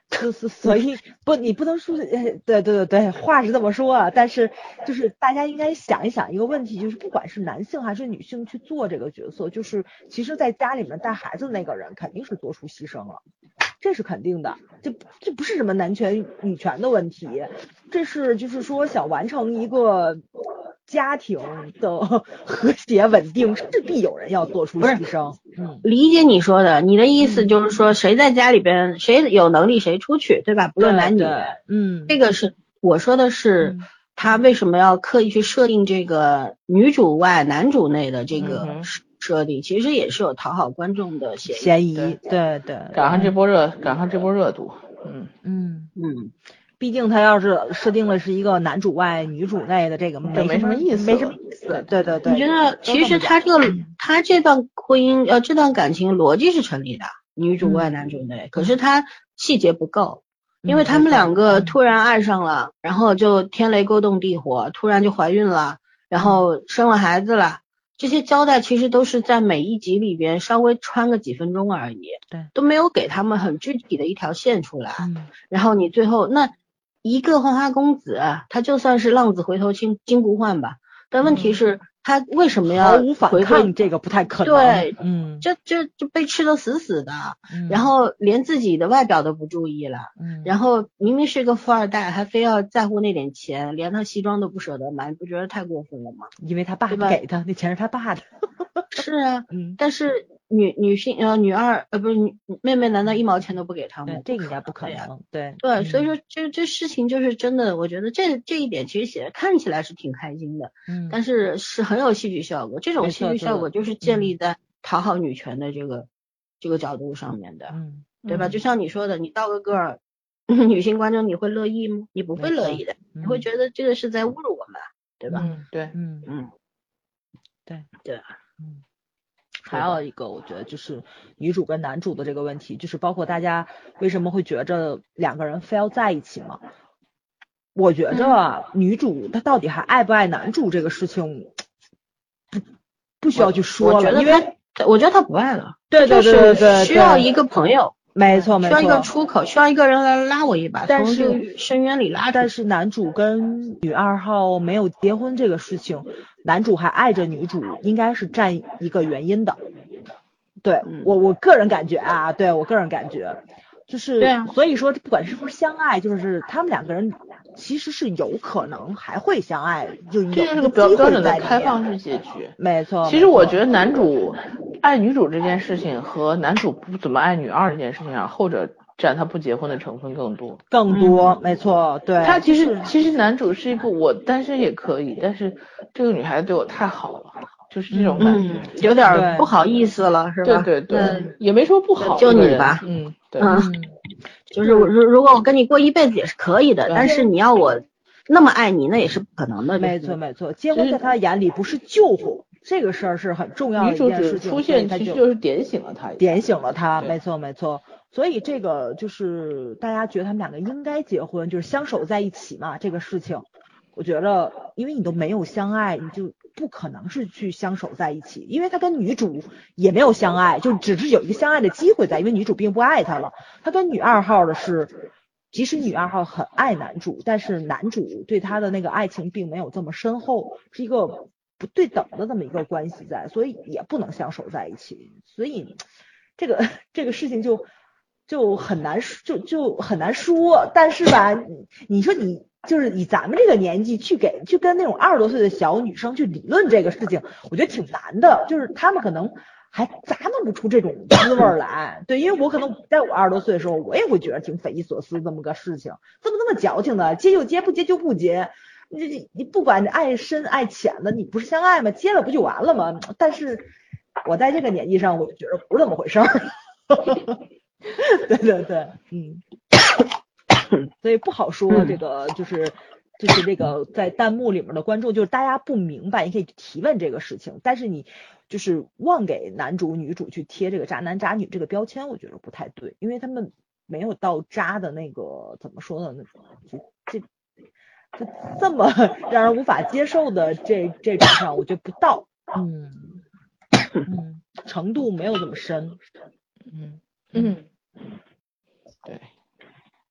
就是所以不，你不能说，呃，对对对对，话是这么说啊，但是就是大家应该想一想一个问题，就是不管是男性还是女性去做这个角色，就是其实在家里面带孩子的那个人肯定是做出牺牲了，这是肯定的，这这不是什么男权女权的问题，这是就是说想完成一个家庭的和谐稳定，势必有人要做出牺牲。嗯， 理解你说的，你的意思就是说，谁在家里边，谁有能力谁出去，对吧？不论男女。 嗯， 这个是我说的是， 嗯、 他为什么要刻意去设定这个女主外男主内的这个设定，嗯、其实也是有讨好观众的嫌疑。 嫌疑，对对， 赶上这波热，赶上这波热度。嗯嗯嗯。毕竟他要是设定的是一个男主外女主内的这个没没什么意思， 没什么意思。对对对， 你觉得其实他这个他这段婚姻呃这段感情逻辑是成立的，女主外男主内，嗯、可是他细节不够，因为他们两个突然爱上了，嗯、然后就天雷勾动地火，突然就怀孕了，然后生了孩子了。这些交代其实都是在每一集里边稍微穿个几分钟而已， 对， 都没有给他们很具体的一条线出来。 嗯、 然后你最后那一个花花公子，他就算是浪子回头金金不换吧，但问题是、嗯、他为什么要毫无反抗？这个不太可能。 对， 嗯， 就就就被吃得死死的， 嗯、 然后连自己的外表都不注意了， 嗯， 然后明明是个富二代，还非要在乎那点钱，连他西装都不舍得买，你不觉得太过分了吗？ 因为他爸不给他，那钱是他爸的。 是啊， 嗯， 但是女女性呃女二呃不是女妹妹难道一毛钱都不给他吗？ 对，这个应该不可能。对对， 嗯、 所以说这这事情就是真的，我觉得这这一点其实写的看起来是挺开心的， 嗯， 但是是很有戏剧效果。这种戏剧效果就是建立在讨好女权的这个、嗯、这个角度上面的， 嗯， 对吧？就像你说的，你倒个个儿，女性观众你会乐意吗？你不会乐意的， 嗯、 你会觉得这个是在侮辱我们，对吧？ 嗯，对， 嗯嗯， 对对， 嗯。还有一个我觉得就是女主跟男主的这个问题，就是包括大家为什么会觉着两个人非要在一起嘛？我觉着女主她到底还爱不爱男主这个事情不不需要去说了，因为我觉得她不爱了， 对对对对对， 需要一个朋友， 没错没错， 需要一个出口，需要一个人来拉我一把， 但是从这个深渊里拉出。 但是男主跟女二号没有结婚这个事情，男主还爱着女主，应该是占一个原因的。对我我个人感觉啊，对我个人感觉，就是对啊， 所以说不管是不是相爱，就是他们两个人其实是有可能还会相爱，就有这就是个标标准的开放式结局。 没错。 其实我觉得男主爱女主这件事情和男主不怎么爱女二这件事情上，后者占他不结婚的成分更多。 更多，嗯、没错，对。 他其实其实男主是一部我单身也可以，但是这个女孩子对我太好了。就是这种感觉， 嗯、有点不好意思了，是吧？ 对对对，嗯、也没说不好， 就你吧， 嗯，对， 嗯，就是如如果我跟你过一辈子也是可以的，但是你要我那么爱你，那也是不可能的。 没错没错，结婚在他眼里不是救活，这个事儿是很重要的一件事情。 出现其实就是点醒了他， 点醒了他，没错没错。所以这个就是大家觉得他们两个应该结婚，就是相守在一起嘛，这个事情。我觉得，因为你都没有相爱，你就不可能是去相守在一起。因为他跟女主也没有相爱，就只是有一个相爱的机会在，因为女主并不爱他了。他跟女二号的是，即使女二号很爱男主，但是男主对他的那个爱情并没有这么深厚，是一个不对等的这么一个关系在，所以也不能相守在一起。所以这个这个事情就就很难就就很难说。但是吧，你说你。就是以咱们这个年纪去给去跟那种二十多岁的小女生去理论这个事情，我觉得挺难的。就是他们可能还咂摸不出这种滋味来。对，因为我可能在我二十多岁的时候，我也会觉得挺匪夷所思这么个事情，怎么那么矫情的，接就接，不接就不接。你你不管爱深爱浅的，你不是相爱吗？接了不就完了吗？但是我在这个年纪上，我就觉得不是那么回事儿。对对对，嗯。所以不好说，这个就是就是这个在弹幕里面的观众，就是大家不明白，你可以提问这个事情，但是你就是忘给男主女主去贴这个渣男渣女这个标签，我觉得不太对，因为他们没有到渣的那个怎么说呢，这这就这么让人无法接受的这这种上，我觉得不到，嗯嗯，程度没有这么深， 嗯嗯，对。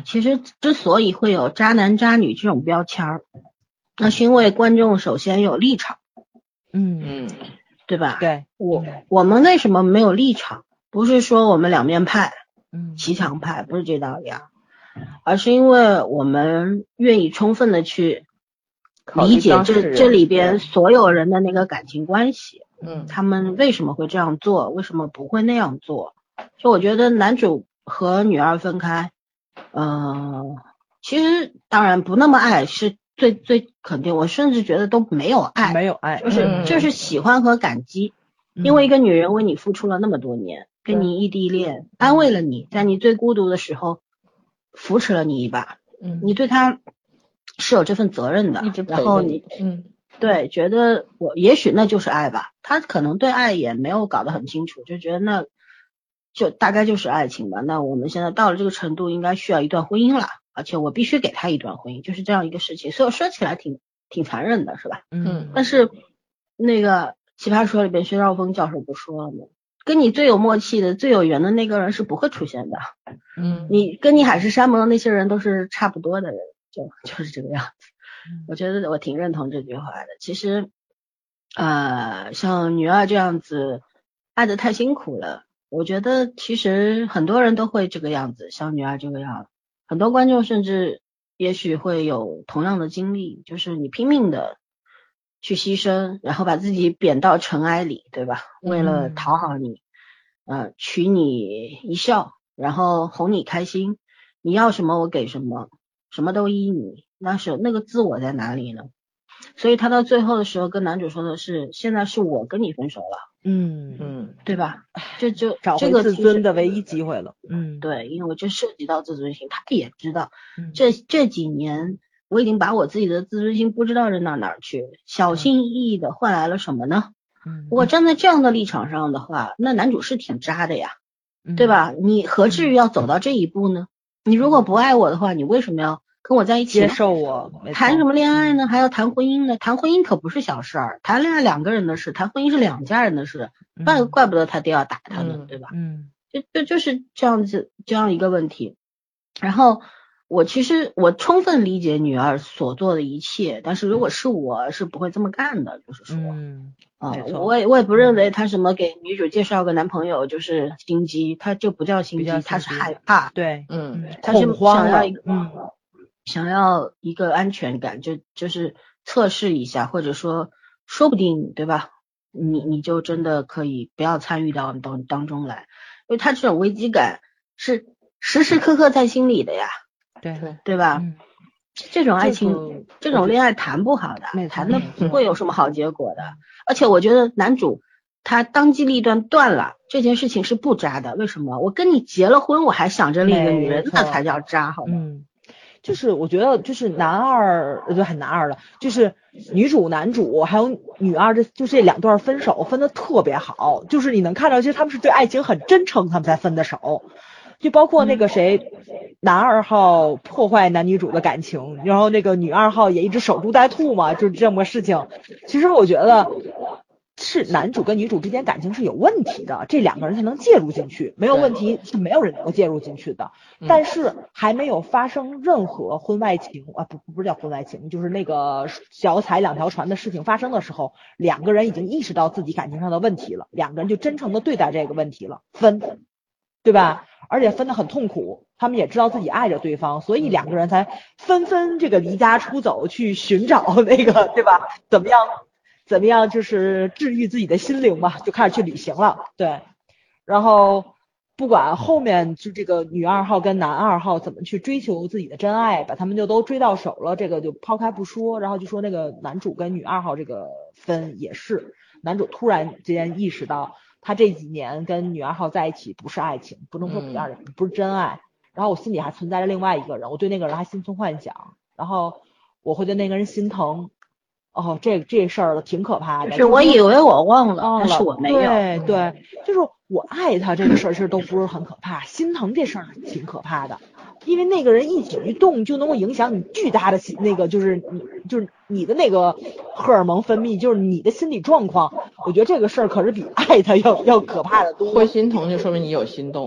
其实之所以会有渣男渣女这种标签儿，那是因为观众首先有立场， 嗯嗯， 对吧？ 对， 我我们为什么没有立场？不是说我们两面派， 嗯， 骑墙派，不是这道理啊，而是因为我们愿意充分的去理解这这里边所有人的那个感情关系， 嗯， 他们为什么会这样做，为什么不会那样做？就我觉得男主和女二分开，呃，其实当然不那么爱是最最肯定，我甚至觉得都没有爱， 没有爱， 就是、 嗯、 就是喜欢和感激、嗯，因为一个女人为你付出了那么多年，跟你异地恋，安慰了你，在你最孤独的时候扶持了你一把， 嗯， 你对她是有这份责任的， 一直陪然后你嗯。 对，觉得我也许那就是爱吧，他可能对爱也没有搞得很清楚，就觉得那就大概就是爱情吧。那我们现在到了这个程度，应该需要一段婚姻了，而且我必须给他一段婚姻，就是这样一个事情。所以说起来挺挺残忍的，是吧？ 嗯。 但是那个奇葩说里边薛兆丰教授不说了吗？跟你最有默契的、最有缘的那个人是不会出现的。 嗯。 你跟你海誓山盟的那些人都是差不多的人，就就是这个样子。我觉得我挺认同这句话的。其实，呃，像女二这样子爱得太辛苦了，我觉得其实很多人都会这个样子，像女二这个样子，很多观众甚至也许会有同样的经历，就是你拼命的去牺牲，然后把自己贬到尘埃里，对吧？为了讨好你，呃，取你一笑，然后哄你开心，你要什么我给什么，什么都依你。那是那个自我在哪里呢？所以他到最后的时候跟男主说的是，现在是我跟你分手了， 嗯嗯， 对吧？这就找回自尊的唯一机会了。嗯， 对，因为这涉及到自尊心，他也知道， 嗯、 这这几年我已经把我自己的自尊心不知道扔到哪儿去，小心翼翼的换来了什么呢？ 嗯， 如果站在这样的立场上的话，那男主是挺渣的呀， 嗯、 对吧？你何至于要走到这一步呢？你如果不爱我的话，你为什么要跟我在一起接受我？ 谈什么恋爱呢？还要谈婚姻呢？谈婚姻可不是小事儿，谈恋爱两个人的事，谈婚姻是两家人的事，怪、嗯、怪不得他爹要打他呢、嗯，对吧？ 嗯， 就就就是这样子这样一个问题。然后我其实我充分理解女二所做的一切，但是如果是我是不会这么干的，就是说， 嗯， 啊、 没错， 我也我也不认为他什么给女主介绍个男朋友就是心机，他就不叫心机，他是害怕， 对， 嗯， 他是想要一个， 嗯， 想要一个安全感，就就是测试一下，或者说说不定对吧？你你就真的可以不要参与到当当中来，因为他这种危机感是时时刻刻在心里的呀， 对对吧？ 嗯， 这种爱情、这個、这种恋爱谈不好的，谈的不会有什么好结果的。而且我觉得男主他当机立断断了这件事情是不渣的，为什么？我跟你结了婚，我还想着另一个女人，那才叫渣，好吗？ 嗯，就是我觉得就是男二对很男二了，就是女主男主还有女二这就这两段分手分的特别好，就是你能看到其实他们是对爱情很真诚，他们才分的手。就包括那个谁，嗯、男二号破坏男女主的感情，然后那个女二号也一直守株待兔嘛，就是这么个事情。其实我觉得是男主跟女主之间感情是有问题的，这两个人才能介入进去，没有问题是没有人能够介入进去的。但是还没有发生任何婚外情啊，不不是叫婚外情，就是那个脚踩两条船的事情发生的时候，两个人已经意识到自己感情上的问题了，两个人就真诚的对待这个问题了，分，对吧？而且分得很痛苦，他们也知道自己爱着对方，所以两个人才纷纷这个离家出走去寻找那个，对吧？怎么样，怎么样就是治愈自己的心灵嘛，就开始去旅行了。对，然后不管后面就这个女二号跟男二号怎么去追求自己的真爱，把他们就都追到手了，这个就抛开不说。然后就说那个男主跟女二号这个分也是，男主突然之间意识到。他这几年跟女二号在一起不是爱情，不能说不是、嗯、不是真爱。然后我心里还存在着另外一个人，我对那个人还心存幻想，然后我会对那个人心疼。哦，这这事儿挺可怕的。 是我以为我忘了， 忘了， 但是我没有。 对对，就是我爱他这个事儿其实都不是很可怕，心疼这事儿挺可怕的。因为那个人一举一动就能够影响你巨大的那个，就是你就是你的那个荷尔蒙分泌，就是你的心理状况。我觉得这个事儿可是比爱他要要可怕的多。 会心疼就说明你有心动嘛。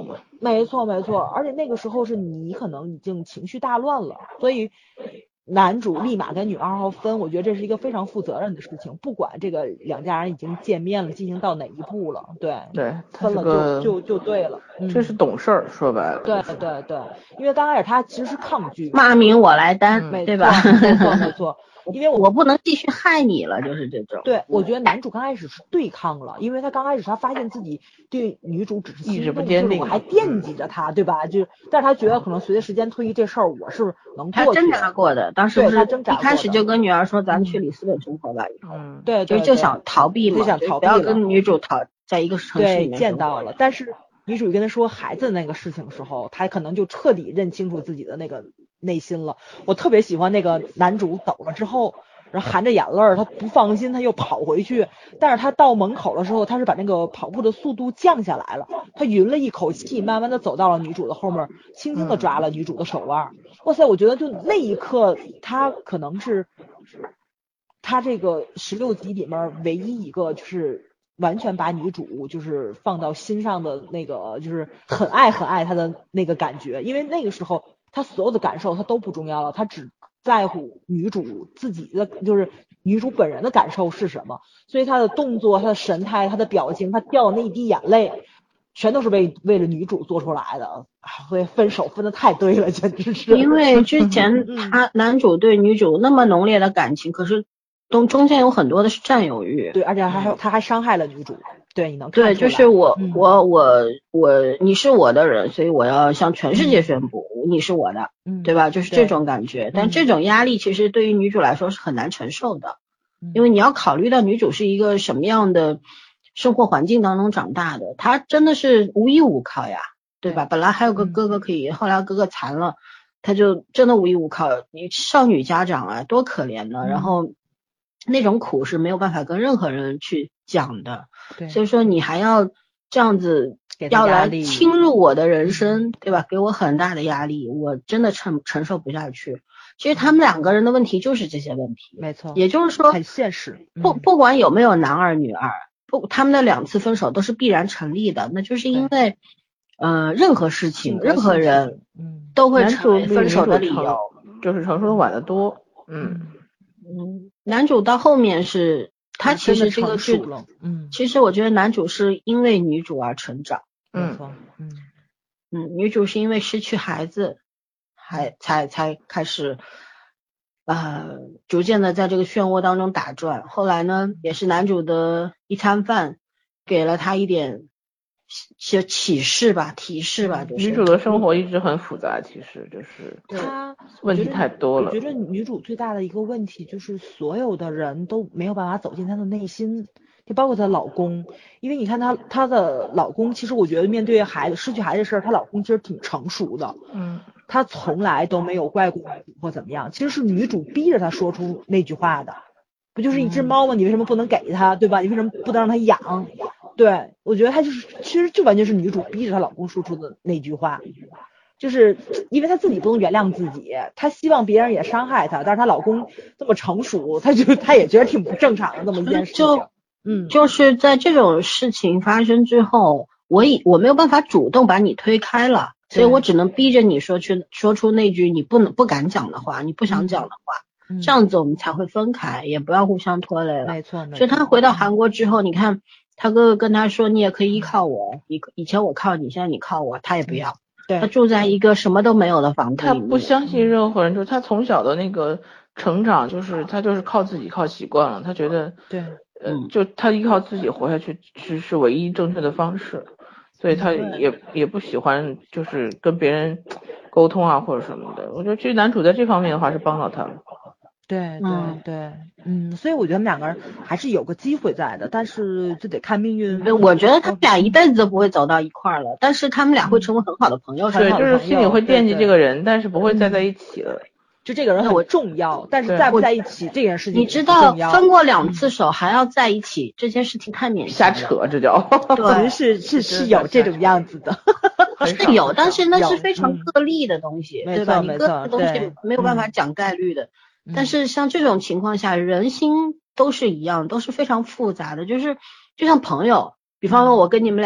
没错没错，而且那个时候是你可能已经情绪大乱了，所以男主立马跟女二号分，我觉得这是一个非常负责任的事情，不管这个两家人已经见面了，进行到哪一步了，对对， 分了就就就对了， 这是懂事儿，说白了。 对对对，因为刚开始他其实是抗拒， 骂名我来担， 嗯、 对吧？ 没错没错。因为我我不能继续害你了，就是这种。 对，我觉得男主刚开始是对抗了，因为他刚开始他发现自己对女主只是意志不坚定， 我还惦记着他，对吧？就但是他觉得可能随着时间推移，这事儿我是能过去的。 他挣扎过的，当时不是他挣扎一开始就跟女儿说，咱去里斯本生活吧，以后。 嗯， 对对， 就就想逃避嘛， 就想逃避， 不要跟女主逃在一个城市里面。 对，见到了，但是女主跟他说孩子那个事情的时候，他可能就彻底认清楚自己的那个内心了。我特别喜欢那个男主走了之后。然后含着眼泪，他不放心，他又跑回去。但是他到门口的时候，他是把那个跑步的速度降下来了。他匀了一口气，慢慢的走到了女主的后面，轻轻的抓了女主的手腕。嗯、哇塞，我觉得就那一刻，他可能是他这个十六集里面唯一一个就是完全把女主就是放到心上的那个，就是很爱很爱她的那个感觉。因为那个时候他所有的感受他都不重要了，他只在乎女主自己的，就是女主本人的感受是什么，所以她的动作、她的神态、她的表情、她掉的那一滴眼泪，全都是为为了女主做出来的。所以分手分的太对了，简直是。 因为之前他男主对女主那么浓烈的感情，可是中中间有很多的是占有欲， 对，而且还有他还伤害了女主。对，你能看出来。 对，就是我、 嗯、 我我我，你是我的人，所以我要向全世界宣布、嗯、你是我的， 嗯， 对吧？就是这种感觉。但这种压力其实对于女主来说是很难承受的， 嗯、 因为你要考虑到女主是一个什么样的生活环境当中长大的，她真的是无依无靠呀，对吧？本来还有个哥哥可以， 嗯、 后来哥哥残了，她就真的无依无靠。你少女家长啊，多可怜呢、 嗯。 然后那种苦是没有办法跟任何人去讲的。 对， 所以说你还要这样子要来侵入我的人生，对吧？给我很大的压力，我真的承承受不下去。其实他们两个人的问题就是这些问题， 没错。 也就是说， 很现实。 不不管有没有男二女二，不他们的两次分手都是必然成立的，那就是因为呃任何事情任何人都会成为分手的理由， 就是成熟的晚得多。 嗯嗯，男主到后面是。他其实这个剧， 嗯， 其实我觉得男主是因为女主而成长， 嗯嗯嗯，女主是因为失去孩子，还才才开始，呃，逐渐的在这个漩涡当中打转。后来呢，也是男主的一餐饭，给了他一点些启示吧，提示吧，就是女主的生活一直很复杂，其实就是她问题太多了。 我觉得女主最大的一个问题就是所有的人都没有办法走进她的内心，就包括她老公。因为你看她她的老公，其实我觉得面对孩子失去孩子的事儿，她老公其实挺成熟的， 嗯， 他从来都没有怪过女主或怎么样，其实是女主逼着他说出那句话的。不就是一只猫吗？你为什么不能给他，对吧？你为什么不能让他养？对，我觉得她就是其实就完全是女主逼着她老公说出的那句话，就是因为她自己不能原谅自己，她希望别人也伤害她，但是她老公这么成熟，她就她也觉得挺不正常的这么一件事情。嗯， 就是在这种事情发生之后，我以我没有办法主动把你推开了，所以我只能逼着你说去说出那句你不能不敢讲的话，你不想讲的话。 嗯、 这样子我们才会分开，也不要互相拖累了。 没错， 所以他回到韩国之后，你看他哥哥跟他说，你也可以依靠我，以以前我靠你，现在你靠我，他也不要。 对， 他住在一个什么都没有的房子里面， 他不相信任何人，就是他从小的那个成长，就是他就是靠自己靠习惯了，他觉得对， 呃，就他依靠自己活下去是是唯一正确的方式，所以他也也不喜欢就是跟别人沟通啊或者什么的。我觉得其实男主在这方面的话是帮到他了。 对对对，嗯，所以我觉得他们两个人还是有个机会在的，但是就得看命运。 我觉得他们俩一辈子都不会走到一块儿了，但是他们俩会成为很好的朋友。 对，就是心里会惦记这个人，但是不会再在一起了。 就这个人很重要，但是在不在一起这件事情， 你知道分过两次手还要在一起，这件事情太勉强了。 瞎扯，这叫。 对， 是是是有这种样子的， 是有，但是那是非常个例的东西，对吧？你个例的东西没有办法讲概率的。但是像这种情况下，人心都是一样，都是非常复杂的，就是就像朋友，比方说我跟你们俩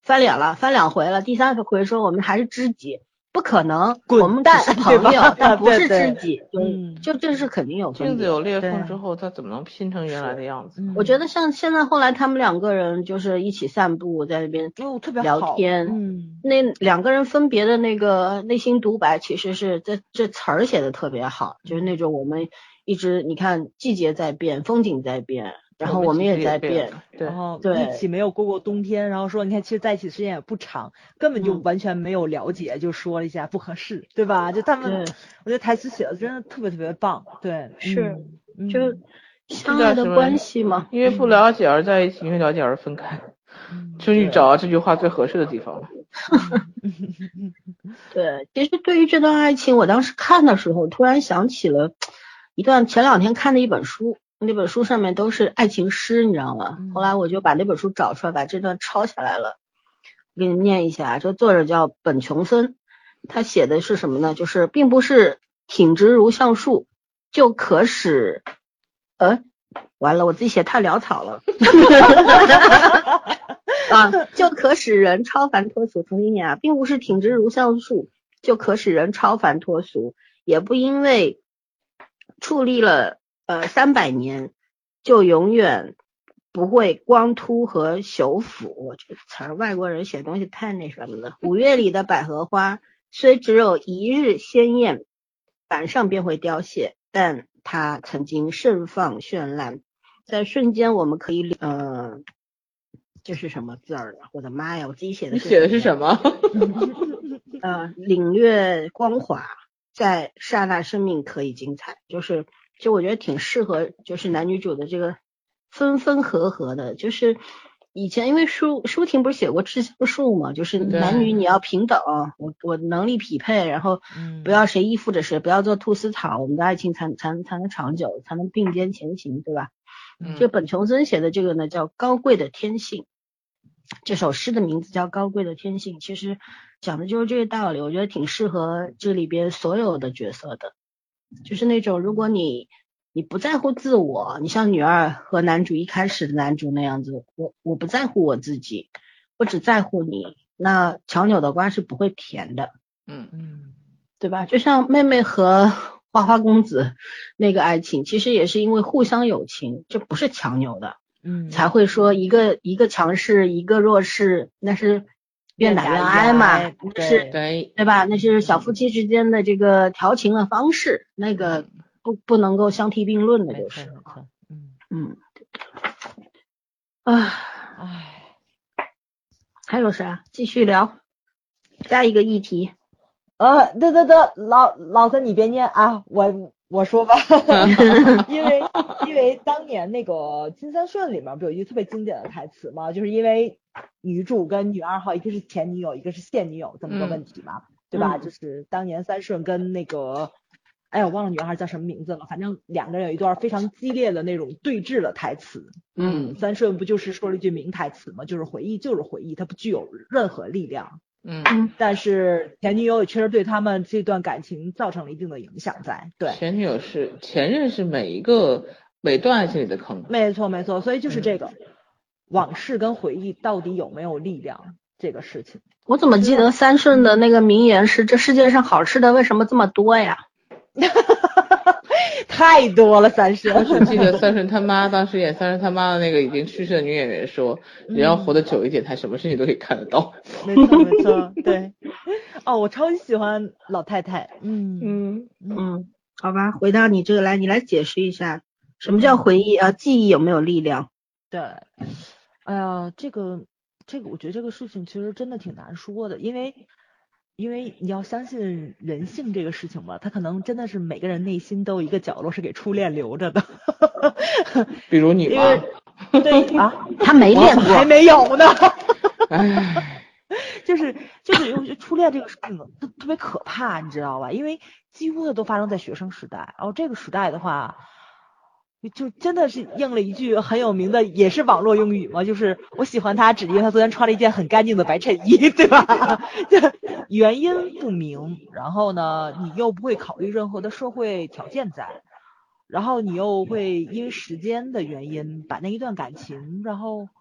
翻脸了，翻两回了，第三回说我们还是知己。不可能，我们蛋是朋友，但不是知己。 嗯， 就这是肯定有分别。 镜子有裂缝之后，他怎么能拼成原来的样子？ 我觉得像现在后来他们两个人就是一起散步，在那边聊天， 哦、嗯， 那两个人分别的那个内心独白，其实是这这词儿写的特别好，就是那种我们一直你看季节在变，风景在变。然后我们也在变， 对， 然后一起没有过过冬天，然后说你看其实在一起的时间也不长，根本就完全没有了解，嗯、就说了一下不合适，对吧？就他们，我觉得台词写的真的特别特别棒，对， 是， 嗯、 就相爱的关系嘛， 因为不了解而在一起，因为了解而分开， 嗯、 终于找到这句话最合适的地方了。 对，其实对于这段爱情，我当时看的时候，突然想起了一段前两天看的一本书。那本书上面都是爱情诗，你知道吗？ 嗯、 后来我就把那本书找出来，把这段抄下来了，我给你念一下。这作者叫本琼森，他写的是什么呢？就是并不是挺直如橡树就可使，呃，完了，我自己写太潦草了，啊，就可使人超凡脱俗。重新念啊，并不是挺直如橡树就可使人超凡脱俗，也不因为矗立了。呃，三百年就永远不会光秃和朽腐。我这词儿外国人写东西太那什么了。五月里的百合花虽只有一日鲜艳，晚上便会凋谢，但它曾经盛放绚烂，在瞬间我们可以呃，这是什么字儿啊？我的妈呀，我自己写的是你写的是什么？ 呃，领略光华，在刹那生命可以精彩，就是就我觉得挺适合就是男女主的这个分分合合的，就是以前因为舒舒婷不是写过吃香树嘛，就是男女你要平等，我我能力匹配，然后不要谁依附着谁，不要做菟丝草，我们的爱情才才才能长久，才能并肩前行，对吧？ 嗯、 这本琼森写的这个呢叫高贵的天性，这首诗的名字叫高贵的天性，其实讲的就是这个道理，我觉得挺适合这里边所有的角色的，就是那种如果你你不在乎自我，你像女二和男主一开始的男主那样子，我我不在乎我自己，我只在乎你，那强扭的瓜是不会甜的， 嗯嗯， 对吧？就像妹妹和花花公子那个爱情，其实也是因为互相有情，这不是强扭的， 嗯， 才会说一个一个强势，一个弱势，那是愿打愿挨嘛，那是对对吧？那是小夫妻之间的这个调情的方式，那个不不能够相提并论的，就是嗯嗯啊唉， 还有啥？继续聊下一个议题。 呃，得得得，老老三你别念啊，我我说吧，因为因为当年那个金三顺里面不有一句特别经典的台词嘛，就是因为女主跟女二号一个是前女友，一个是现女友这么个问题嘛， 嗯、 对吧？就是当年三顺跟那个，哎，我忘了女二叫什么名字了，反正两个人有一段非常激烈的那种对峙的台词。 嗯， 三顺不就是说了一句名台词吗？就是回忆就是回忆，它不具有任何力量。 嗯， 但是前女友也确实对他们这段感情造成了一定的影响在。对， 前女友是前任是每一个每段爱情里的坑。 没错没错，所以就是这个、嗯、往事跟回忆到底有没有力量这个事情。 我怎么记得三顺的那个名言是这世界上好吃的为什么这么多呀？ 太多了，三顺。 我只记得三顺他妈当时演三顺他妈的那个已经去世的女演员说，人要活得久一点，他什么事情都可以看得到。 没错没错，对。哦，我超级喜欢老太太。嗯嗯嗯，好吧，回到你这个来，你来解释一下什么叫回忆啊？记忆有没有力量？ 对，哎呀，这个这个，我觉得这个事情其实真的挺难说的，因为。因为你要相信人性这个事情吧，他可能真的是每个人内心都有一个角落是给初恋留着的。 比如你吧， 对啊， 他没练过， 还没有呢。 唉， 就是就是我觉得初恋这个事情特特别可怕，你知道吧？因为几乎的都发生在学生时代，然后这个时代的话。就真的是应了一句很有名的，也是网络用语嘛，就是我喜欢他只因为他昨天穿了一件很干净的白衬衣，对吧？原因不明，然后呢，你又不会考虑任何的社会条件在，然后你又会因为时间的原因把那一段感情，然后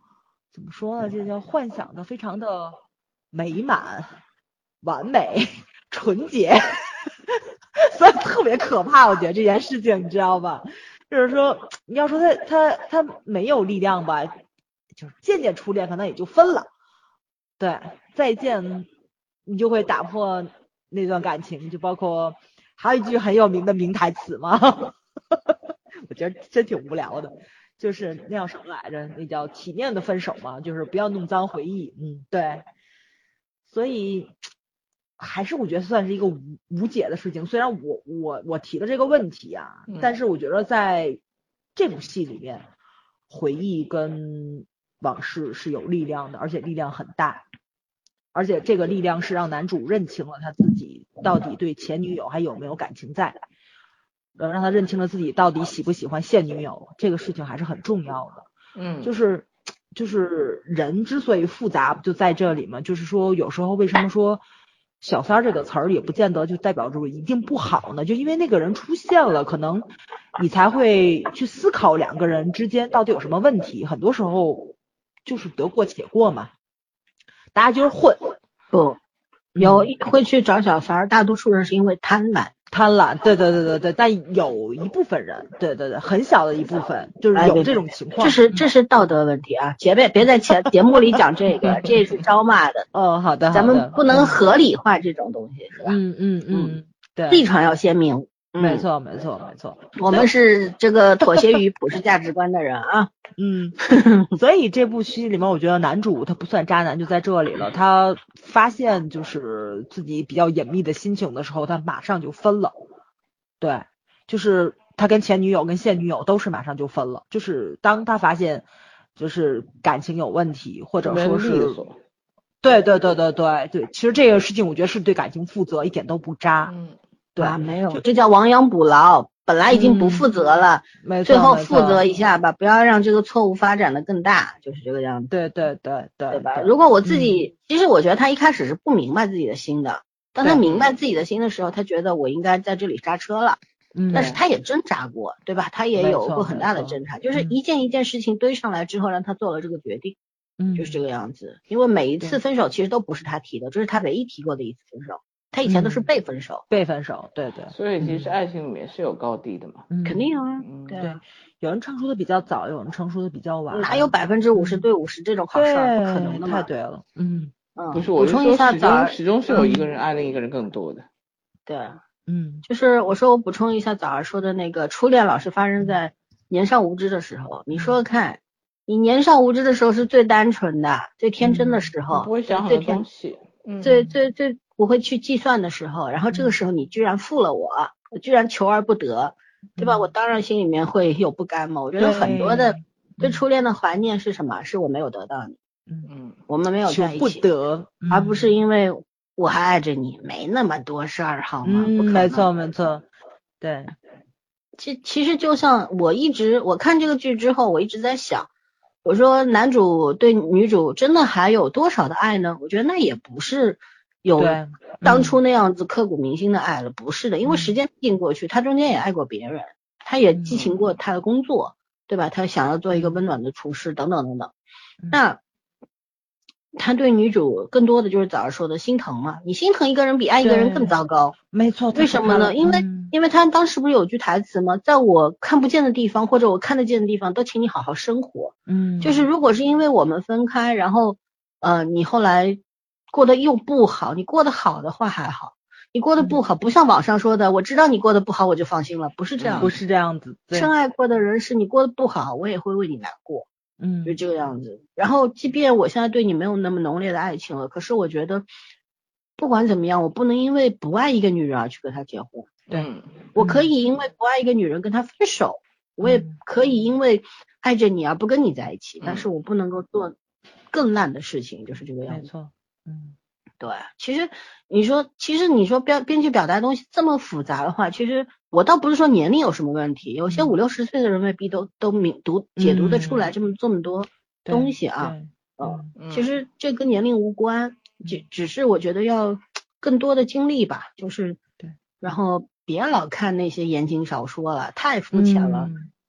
怎么说呢，这叫幻想的非常的美满、完美、纯洁，所以特别可怕。我觉得这件事情，你知道吧？就是说，你要说他他他没有力量吧，就是见见初恋可能也就分了，对，再见你就会打破那段感情，就包括还有一句很有名的名台词嘛，我觉得真挺无聊的。就是那叫什么来着？那叫体面的分手嘛，就是不要弄脏回忆。嗯，对。所以还是我觉得算是一个无无解的事情。虽然我我我提了这个问题啊， 嗯、 但是我觉得在这部戏里面，回忆跟往事是有力量的，而且力量很大。而且这个力量是让男主认清了他自己到底对前女友还有没有感情在。呃，让他认清了自己到底喜不喜欢现女友，这个事情还是很重要的。 嗯， 就是就是人之所以复杂，就在这里嘛。就是说，有时候为什么说小三儿这个词儿也不见得就代表着一定不好呢？就因为那个人出现了，可能你才会去思考两个人之间到底有什么问题。很多时候就是得过且过嘛，大家就是混。 不，有会去找小三儿，大多数人是因为贪婪。 贪婪，对对对对对，但有一部分人，对对对，很小的一部分，就是有这种情况。 这是这是道德问题啊，姐妹别在前节目里讲这个，这是招骂的。 哦，好的， 咱们不能合理化这种东西，是吧？ 嗯嗯嗯，对， 立场要鲜明。 没错没错没错， 我们是这个妥协于普世价值观的人啊。 嗯，所以这部戏里面，我觉得男主他不算渣男就在这里了。他发现就是自己比较隐秘的心情的时候，他马上就分了。对，就是他跟前女友跟现女友都是马上就分了。就是当他发现就是感情有问题，或者说是对对对对对对，其实这个事情我觉得是对感情负责，一点都不渣。 嗯， 对啊，没有，这叫亡羊补牢。本来已经不负责了， 嗯、 最后负责一下吧，不要让这个错误发展的更大，就是这个样子。 对对对对， 对吧？如果我自己、嗯，其实我觉得他一开始是不明白自己的心的，当他明白自己的心的时候，他觉得我应该在这里刹车了。嗯，但是他也挣扎过，对吧？他也有过很大的挣扎，就是一件一件事情堆上来之后，让他做了这个决定，嗯，就是这个样子。因为每一次分手其实都不是他提的，这是他唯一提过的一次分手。他以前都是被分手， 嗯、被分手，对对。 所以其实爱情里面是有高低的嘛， 嗯、 肯定啊， 嗯、 对对，有人成熟的比较早，有人成熟的比较晚， 哪有百分之五十对五十这种好事儿？不可能的嘛。 太对了，嗯嗯， 不是，我是说始终始终是有一个人爱另一个人更多的。 对， 嗯， 就是我说我补充一下早儿说的那个初恋老是发生在年少无知的时候，你说说看，你年少无知的时候是最单纯的、最天真的时候， 不会想很多东西， 嗯，最最最不会去计算的时候，然后这个时候你居然负了我，我居然求而不得，对吧？我当然心里面会有不甘嘛。我觉得很多的对初恋的怀念是什么？是我没有得到你， 嗯， 我们没有在一起， 不得， 而不是因为我还爱着你，没那么多事儿，好吗？ 嗯，没错没错，对。 其其实就像我一直我看这个剧之后，我一直在想，我说男主对女主真的还有多少的爱呢？我觉得那也不是有当初那样子刻骨铭心的爱了，嗯、不是的，因为时间毕竟过去，他中间也爱过别人，他也激情过他的工作，嗯、对吧？他想要做一个温暖的厨师，等等等等。嗯、那他对女主更多的就是早上说的心疼嘛，你心疼一个人比爱一个人更糟糕。 没错， 为什么呢？因为、嗯、因为他当时不是有句台词吗？在我看不见的地方或者我看得见的地方，都请你好好生活。嗯，就是如果是因为我们分开，然后呃你后来过得又不好，你过得好的话还好，你过得不好，不像网上说的，我知道你过得不好我就放心了，不是这样， 不是这样子。 深爱过的人是你过得不好，我也会为你难过。嗯，就这个样子。然后即便我现在对你没有那么浓烈的爱情了，可是我觉得不管怎么样，我不能因为不爱一个女人而去跟她结婚。 对， 我可以因为不爱一个女人跟她分手，我也可以因为爱着你而不跟你在一起，嗯、但是我不能够做更烂的事情，就是这个样子。 没错，嗯， 对。其实你说，其实你说编编剧表达的东西这么复杂的话，其实我倒不是说年龄有什么问题，有些五六十岁的人未必都都明读解读得出来这么、嗯、这么多东西啊。嗯，嗯其实这跟年龄无关，只只是我觉得要更多的经历吧，就是对，然后别老看那些言情小说了，太肤浅了。嗯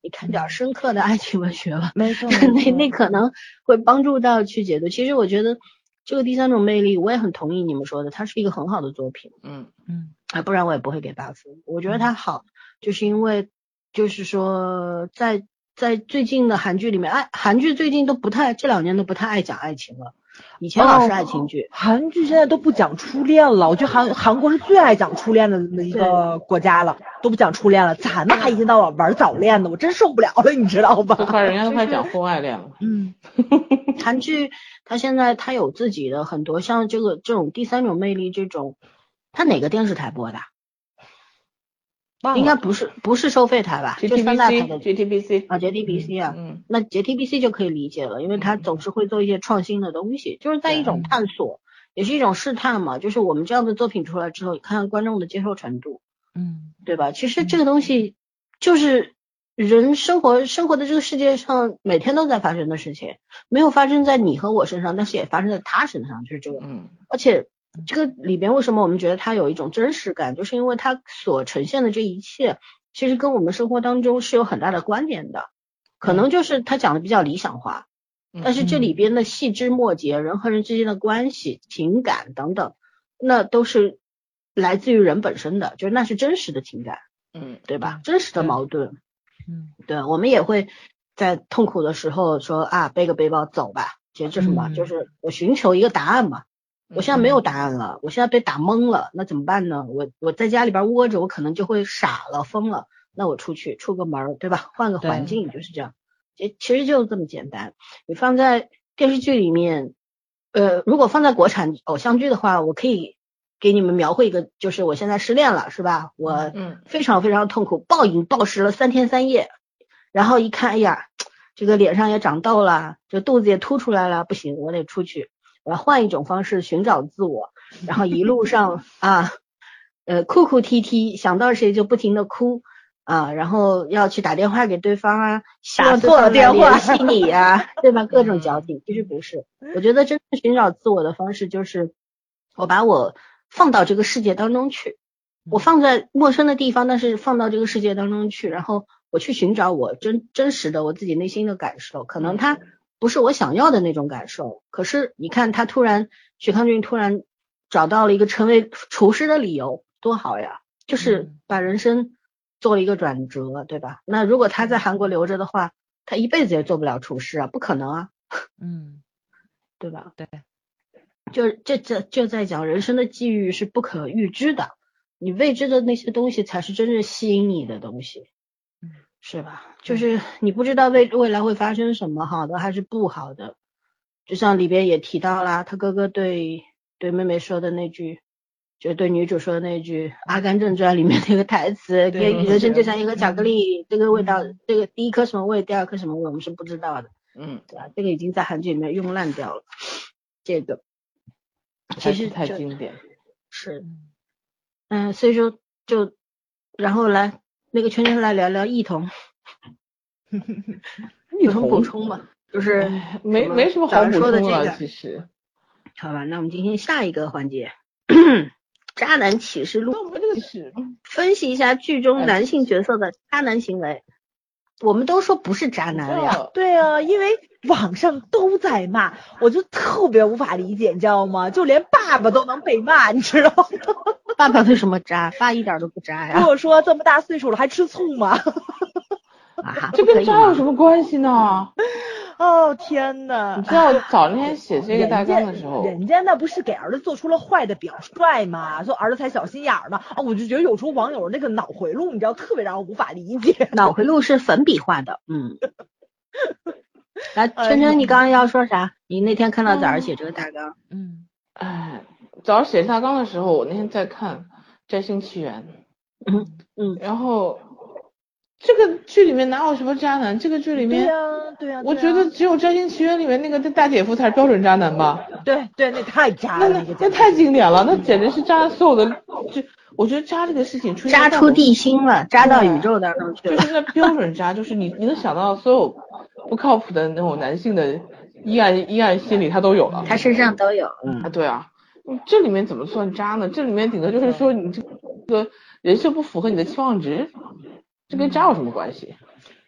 你看点深刻的爱情文学吧。 没错， 那那可能会帮助到去解读。其实我觉得这个第三种魅力，我也很同意你们说的，它是一个很好的作品。 嗯嗯， 啊，不然我也不会给八分。我觉得它好，就是因为就是说在在最近的韩剧里面，哎，韩剧最近都不太这两年都不太爱讲爱情了。以前老是爱情剧， 哦、韩剧现在都不讲初恋了。我觉得韩韩国是最爱讲初恋的一个国家了，都不讲初恋了，咱们还一天到晚玩早恋的，我真受不了了，你知道吧？ 都快人家都快讲婚外恋了。 嗯， 韩剧它现在它有自己的很多像这个这种第三种魅力这种，它哪个电视台播的？应该不是不是收费台吧？就三大台的 J T B C 啊 J T B C 啊， 嗯， 那 J T B C 就可以理解了，因为它总是会做一些创新的东西，就是在一种探索，也是一种试探嘛。就是我们这样的作品出来之后，看看观众的接受程度， 嗯， 对吧？其实这个东西就是人生活生活的这个世界上每天都在发生的事情，没有发生在你和我身上，但是也发生在他身上，就是这个。 嗯， 而且这个里边为什么我们觉得它有一种真实感，就是因为它所呈现的这一切。其实跟我们生活当中是有很大的关联的，可能就是他讲的比较理想化，但是这里边的细枝末节，人和人之间的关系、情感等等，那都是来自于人本身的，就是那是真实的情感， 嗯， 对吧？真实的矛盾， 嗯， 对，我们也会在痛苦的时候说啊，背个背包走吧，其实这什么， 嗯、 就是我寻求一个答案嘛。我现在没有答案了，我现在被打懵了，那怎么办呢？我我在家里边窝着，我可能就会傻了、疯了。那我出去出个门，对吧？换个环境就是这样。其其实就这么简单。你放在电视剧里面，呃，如果放在国产偶像剧的话，我可以给你们描绘一个，就是我现在失恋了，是吧？我非常非常痛苦，暴饮暴食了三天三夜，然后一看，哎呀，这个脸上也长痘了，这肚子也凸出来了，不行，我得出去。我要换一种方式寻找自我，然后一路上啊，呃，哭哭啼啼，想到谁就不停的哭啊，然后要去打电话给对方啊， 打错了电话联系你呀、啊，对吧？各种矫情，其实不是。我觉得真正寻找自我的方式就是，我把我放到这个世界当中去，我放在陌生的地方，但是放到这个世界当中去，然后我去寻找我真真实的我自己内心的感受，可能他。不是我想要的那种感受，可是你看他突然许康俊突然找到了一个成为厨师的理由，多好呀，就是把人生做了一个转折，对吧？那如果他在韩国留着的话，他一辈子也做不了厨师啊，不可能啊， 嗯， 对吧？ 对， 就这这就在讲人生的际遇是不可预知的，你未知的那些东西才是真正吸引你的东西。是吧？就是你不知道未未来会发生什么，好的还是不好的。就像里边也提到啦，他哥哥对对妹妹说的那句，就对女主说的那句《阿甘正传》里面那个台词，人生就像一个巧克力，这个味道，嗯、这个第一颗什么味，第二颗什么味，我们是不知道的。 嗯， 对吧？这个已经在韩剧里面用烂掉了。这个其实太经典。 是，嗯，所以说就然后来。那个圈圈来聊聊异童，异童补充吧，就是没没什么好补充的、这个，其实。 好吧，那我们今天下一个环节，渣男启示录，分析一下剧中男性角色的渣男行为。我们都说不是渣男呀， 对啊，因为网上都在骂，我就特别无法理解，你知道吗？就连爸爸都能被骂，你知道吗？ 爸爸为什么渣？爸一点都不渣呀。 如果说这么大岁数了还吃醋吗？ 啊， 这跟渣有什么关系呢？ 哦天哪！ 你知道早那天写这个大纲的时候， 人家, 人家那不是给儿子做出了坏的表率吗？说儿子才小心眼儿呢啊！我就觉得有时候网友那个脑回路，你知道，特别让我无法理解。 脑回路是粉笔画的，嗯。来，圈圈，你刚刚要说啥？你那天看到早上写这个大纲， 嗯， 哎，早上写大纲的时候，我那天在看《摘星奇缘》， 嗯嗯， 然后。这个剧里面哪有什么渣男？这个剧里面， 对呀对呀， 我觉得只有《摘星奇缘》里面那个大姐夫才是标准渣男吧？ 对对，那太渣了， 那那太经典了，那简直是渣所有的。就我觉得渣这个事情， 渣出地心了，渣到宇宙当中去了， 就是那标准渣，就是你你能想到所有不靠谱的那种男性的阴暗阴暗心理，他都有了， 他身上都有。嗯啊，对啊，这里面怎么算渣呢？这里面顶多就是说你这个人设不符合你的期望值。这跟渣有什么关系？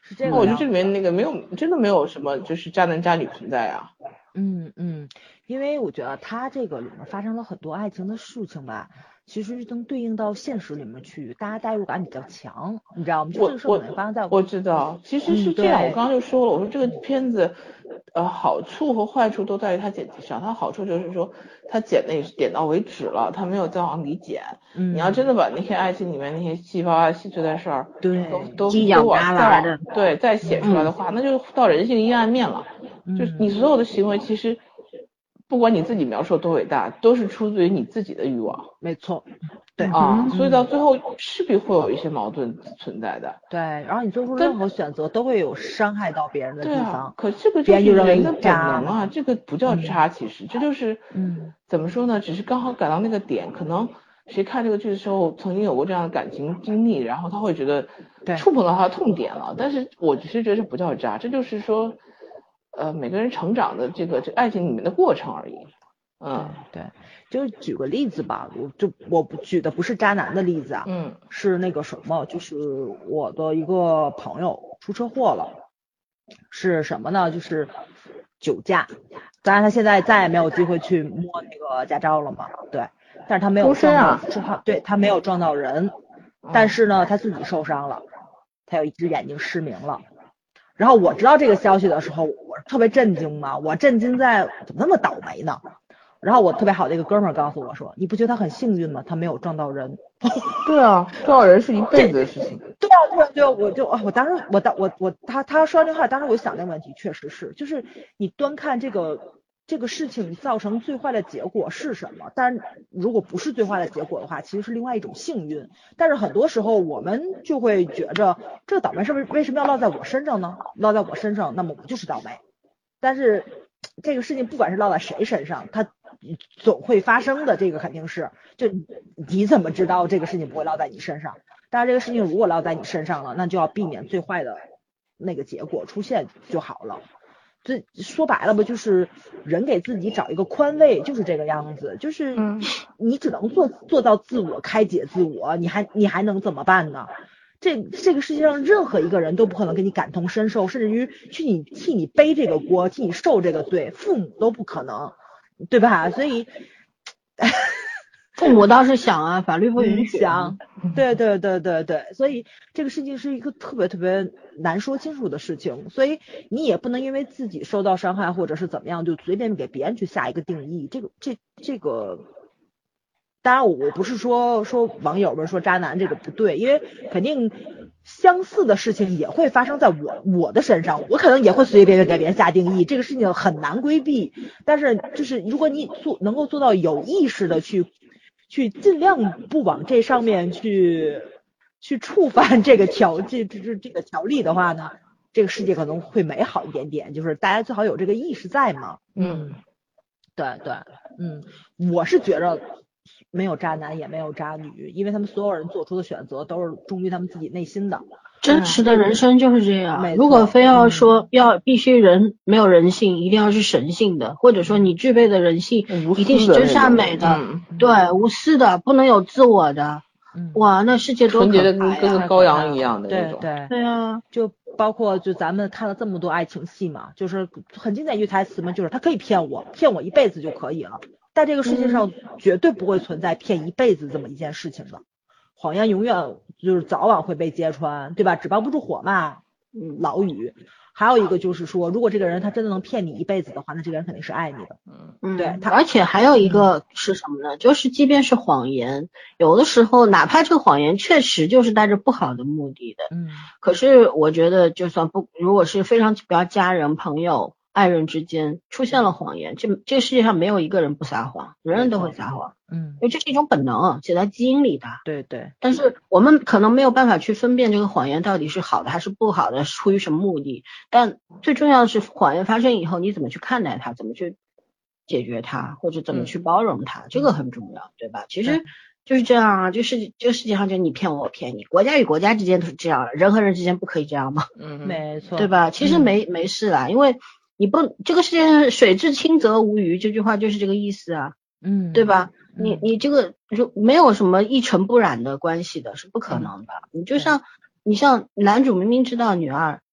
是这个。 我觉得这里面那个没有，真的没有什么就是渣男渣女存在啊。 嗯嗯，因为我觉得他这个里面发生了很多爱情的事情吧，其实能对应到现实里面去，大家代入感比较强，你知道吗？就这个事可能发生在我知道，其实是这样。 嗯、 我刚刚就说了，我说这个片子，呃，好处和坏处都在于它剪辑上。它好处就是说，它剪的也是点到为止了，它没有再往里剪。 嗯， 你要真的把那些爱情里面那些细胞啊、细碎的事儿， 对， 都都都往再对再写出来的话， 嗯、 那就到人性阴暗面了。 嗯、 就是你所有的行为，其实不管你自己描述多伟大，都是出自于你自己的欲望。 没错。对啊、 嗯， 所以到最后势必会有一些矛盾存在的。 对，然后你做出任何选择都会有伤害到别人的地方。 啊、可这个就是人的本能啊，这个不叫渣，其实、嗯、这就是嗯， 怎么说呢？只是刚好赶到那个点，可能谁看这个剧的时候曾经有过这样的感情经历，然后他会觉得触碰到他的痛点了。但是我只是觉得这不叫渣，这就是说，呃，每个人成长的这个这爱情里面的过程而已。嗯， 对，对，就是举个例子吧，我就我举的不是渣男的例子啊， 嗯， 是那个什么，就是我的一个朋友出车祸了，是什么呢？就是酒驾，当然他现在再也没有机会去摸那个驾照了嘛，对，但是他没有撞到，啊、对他没有撞到人，但是呢他自己受伤了，他有一只眼睛失明了。然后我知道这个消息的时候，我特别震惊嘛，我震惊在怎么那么倒霉呢？然后我特别好的一个哥们儿告诉我说，你不觉得他很幸运吗？他没有撞到人。 对啊，撞到人是一辈子的事情。 对啊，对啊，对啊，我就啊，我当时我当我我他他说完这话，当时我想那个问题，确实是，就是你端看这个这个事情造成最坏的结果是什么？但如果不是最坏的结果的话，其实是另外一种幸运。但是很多时候我们就会觉着这个倒霉是不是为什么要落在我身上呢？落在我身上，那么我就是倒霉。但是这个事情不管是落在谁身上，它总会发生的，这个肯定是，就你怎么知道这个事情不会落在你身上？当然这个事情如果落在你身上了，那就要避免最坏的那个结果出现就好了。这说白了吧，就是人给自己找一个宽慰，就是这个样子，就是你只能做做到自我开解自我，你还你还能怎么办呢？这这个世界上任何一个人都不可能给你感同身受，甚至于去你替你背这个锅，替你受这个罪，父母都不可能，对吧？所以父母倒是想啊，法律不允许想，对对对对对，所以这个事情是一个特别特别难说清楚的事情，所以你也不能因为自己受到伤害或者是怎么样，就随便给别人去下一个定义，这个这这个。当然我不是说说网友们说渣男这个不对，因为肯定相似的事情也会发生在我我的身上，我可能也会随随便便给别人下定义，这个事情很难规避。但是就是如果你做能够做到有意识的去去尽量不往这上面去去触犯这个条这这这个条例的话呢，这个世界可能会美好一点点，就是大家最好有这个意识在嘛。嗯，对对，嗯，我是觉着没有渣男也没有渣女，因为他们所有人做出的选择都是忠于他们自己内心的。 真实的人生就是这样。嗯、如果非要说要必须人没有人性，一定要是神性的，或者说你具备的人性一定是真善美的， 嗯、 对，无私的，不能有自我的。 嗯、 哇，那世界多可怕呀！ 纯洁的跟跟个羔羊一样的那种。 对对对啊， 就包括就咱们看了这么多爱情戏嘛，就是很经典一句台词嘛，就是他可以骗我，骗我一辈子就可以了。但这个世界上绝对不会存在骗一辈子这么一件事情的，谎言永远就是早晚会被揭穿，对吧？纸包不住火嘛，嗯，老语。还有一个就是说，如果这个人他真的能骗你一辈子的话，那这个人肯定是爱你的。 嗯， 对他， 而且还有一个是什么呢？就是即便是谎言，有的时候哪怕这个谎言确实就是带着不好的目的的， 嗯， 可是我觉得就算不，如果是非常比较家人、朋友、爱人之间出现了谎言，这这个世界上没有一个人不撒谎，人人都会撒谎， 嗯， 因为这是一种本能，写在基因里的。 对对。 但是我们可能没有办法去分辨这个谎言到底是好的还是不好的，出于什么目的。但最重要的是谎言发生以后，你怎么去看待它，怎么去解决它，或者怎么去包容它，嗯、这个很重要，对吧？其实就是这样啊，就是这个世界上就你骗我，我骗你，国家与国家之间都是这样，人和人之间不可以这样吗？ 嗯，没错， 对吧？其实没、嗯、没事啦，因为你不这个世界上水至清则无鱼，这句话就是这个意思啊， 嗯， 对吧？你你这个就没有什么一尘不染的关系的，是不可能的。嗯、你就像你像男主明明知道女二对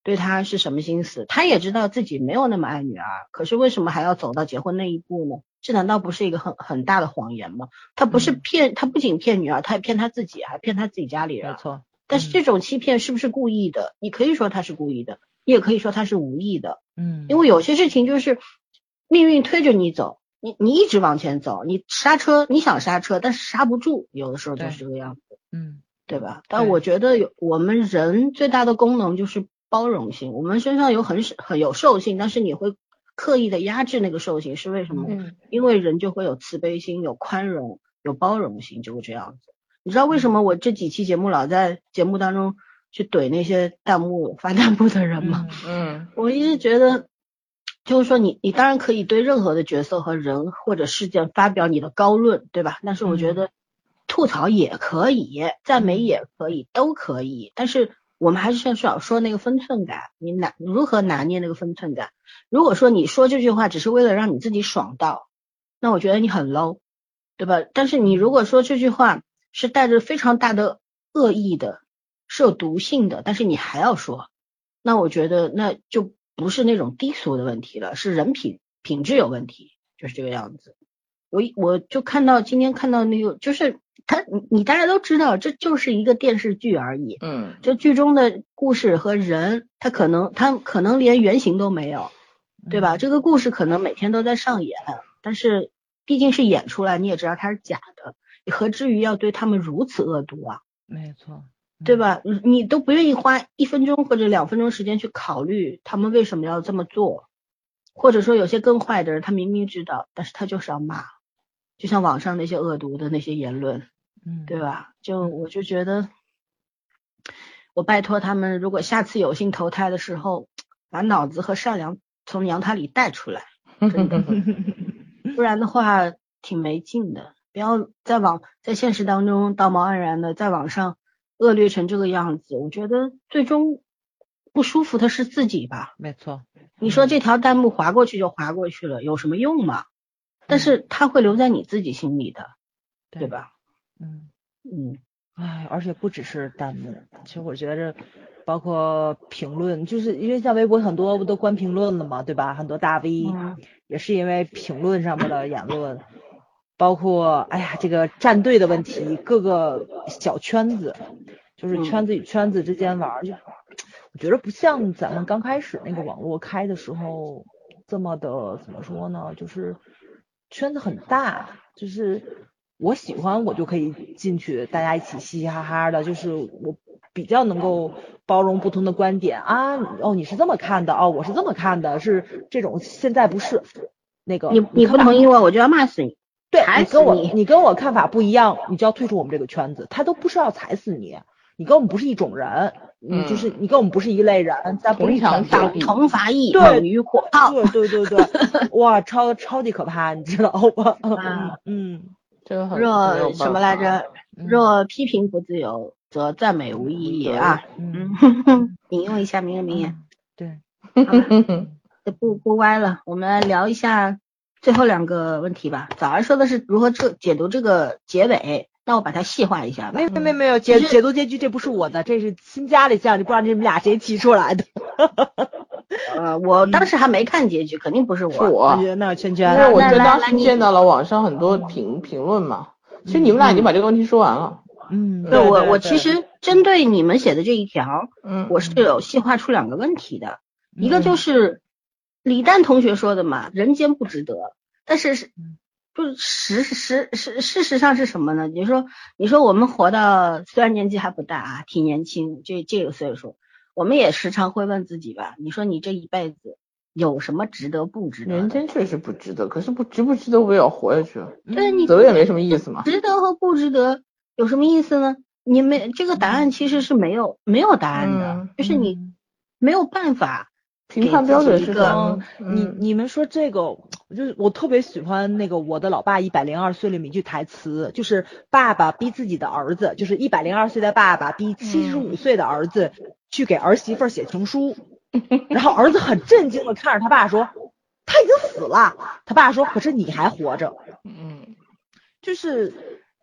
对他是什么心思，他也知道自己没有那么爱女儿，可是为什么还要走到结婚那一步呢？这难道不是一个很很大的谎言吗？他不是骗、嗯、他不仅骗女儿，他也骗他自己，还骗他自己家里人。 没错。 但是这种欺骗是不是故意的？你可以说他是故意的，你也可以说他是无意的。 嗯， 因为有些事情就是命运推着你走，你你一直往前走，你刹车，你想刹车，但是刹不住，有的时候就是这个样子。 嗯， 对吧？但我觉得有我们人最大的功能就是包容性，我们身上有很很有兽性，但是你会刻意的压制那个兽性，是为什么？ 嗯， 因为人就会有慈悲心，有宽容，有包容性，就会这样子。你知道为什么我这几期节目老在节目当中去怼那些弹幕发弹幕的人吗？ 嗯， 我一直觉得就是说你你当然可以对任何的角色和人或者事件发表你的高论，对吧？但是我觉得吐槽也可以，赞美也可以，都可以，但是我们还是要说那个分寸感，你拿如何拿捏那个分寸感。如果说你说这句话只是为了让你自己爽到，那我觉得你很 low， 对吧？但是你如果说这句话是带着非常大的恶意的，是有毒性的，但是你还要说，那我觉得那就不是那种低俗的问题了，是人品品质有问题，就是这个样子。我我就看到今天看到那个，就是他你你大家都知道，这就是一个电视剧而已。 嗯， 这剧中的故事和人，他可能他可能连原型都没有，对吧？这个故事可能每天都在上演，但是毕竟是演出来，你也知道它是假的，你何至于要对他们如此恶毒啊？ 没错， 对吧？你你都不愿意花一分钟或者两分钟时间去考虑他们为什么要这么做，或者说有些更坏的人，他明明知道，但是他就是要骂。就像网上那些恶毒的那些言论， 嗯， 对吧？就我就觉得，我拜托他们，如果下次有幸投胎的时候，把脑子和善良从娘胎里带出来，真的，不然的话挺没劲的。不要在网在现实当中道貌岸然的，在网上恶劣成这个样子，我觉得最终不舒服的是自己吧。 没错， 你说这条弹幕划过去就划过去了，有什么用吗？但是它会留在你自己心里的，对吧？ 嗯嗯， 哎，而且不只是弹幕，其实我觉得包括评论，就是因为像微博很多不都关评论了嘛，对吧？很多大 V、嗯、也是因为评论上面的言论，包括哎呀这个站队的问题，各个小圈子，就是圈子与圈子之间玩，就我觉得不像咱们刚开始那个网络开的时候这么的怎么说呢，就是圈子很大，就是我喜欢我就可以进去，大家一起嘻嘻哈哈的，就是我比较能够包容不同的观点啊。哦，你是这么看的，哦，我是这么看的，是这种。现在不是那个你你不同意我，我就要骂死你。 对， 踩死你跟我你跟我看法不一样，你就要退出我们这个圈子。他都不是要踩死你，你跟我们不是一种人。你就是你跟我们不是一类人，咱不是一党同伐异， 对与火炮， 对对对对，哇，超超级可怕，你知道吧？嗯嗯， 这个很若什么来着？若批评不自由，则赞美无意义啊！嗯，引用一下名人名言。 对， 好吧，这不不歪了，我们来聊一下最后两个问题吧。早上说的是如何这解读这个结尾。那我把它细化一下吧。 没没没没有解解读结局，这不是我的，这是新加的项，你不知道你们俩谁提出来的。 呃，我当时还没看结局，肯定不是我。 是我。 那圈圈， 因为我当时见到了网上很多评评论嘛。其实你们俩已经把这个问题说完了。 嗯， 对我我其实针对你们写的这一条，嗯，我是有细化出两个问题的，一个就是李诞同学说的嘛，人间不值得，但是是。就实实实事实上是什么呢？你说你说我们活到虽然年纪还不大啊，挺年轻，这这个岁数，我们也时常会问自己吧，你说你这一辈子有什么值得不值得？ 人间确实不值得，可是不值不值得我也要活下去。 对，你得也没什么意思嘛。 值得和不值得有什么意思呢？你没这个答案其实是没有没有答案的， 嗯、 就是你没有办法。 评判标准是什么？你你们说这个，就是我特别喜欢那个我的老爸一百零二岁里面一句台词，就是爸爸逼自己的儿子，就是一百零二岁的爸爸逼七十五岁的儿子去给儿媳妇写情书，然后儿子很震惊的看着他爸说，他已经死了。他爸说，可是你还活着。 嗯， 就是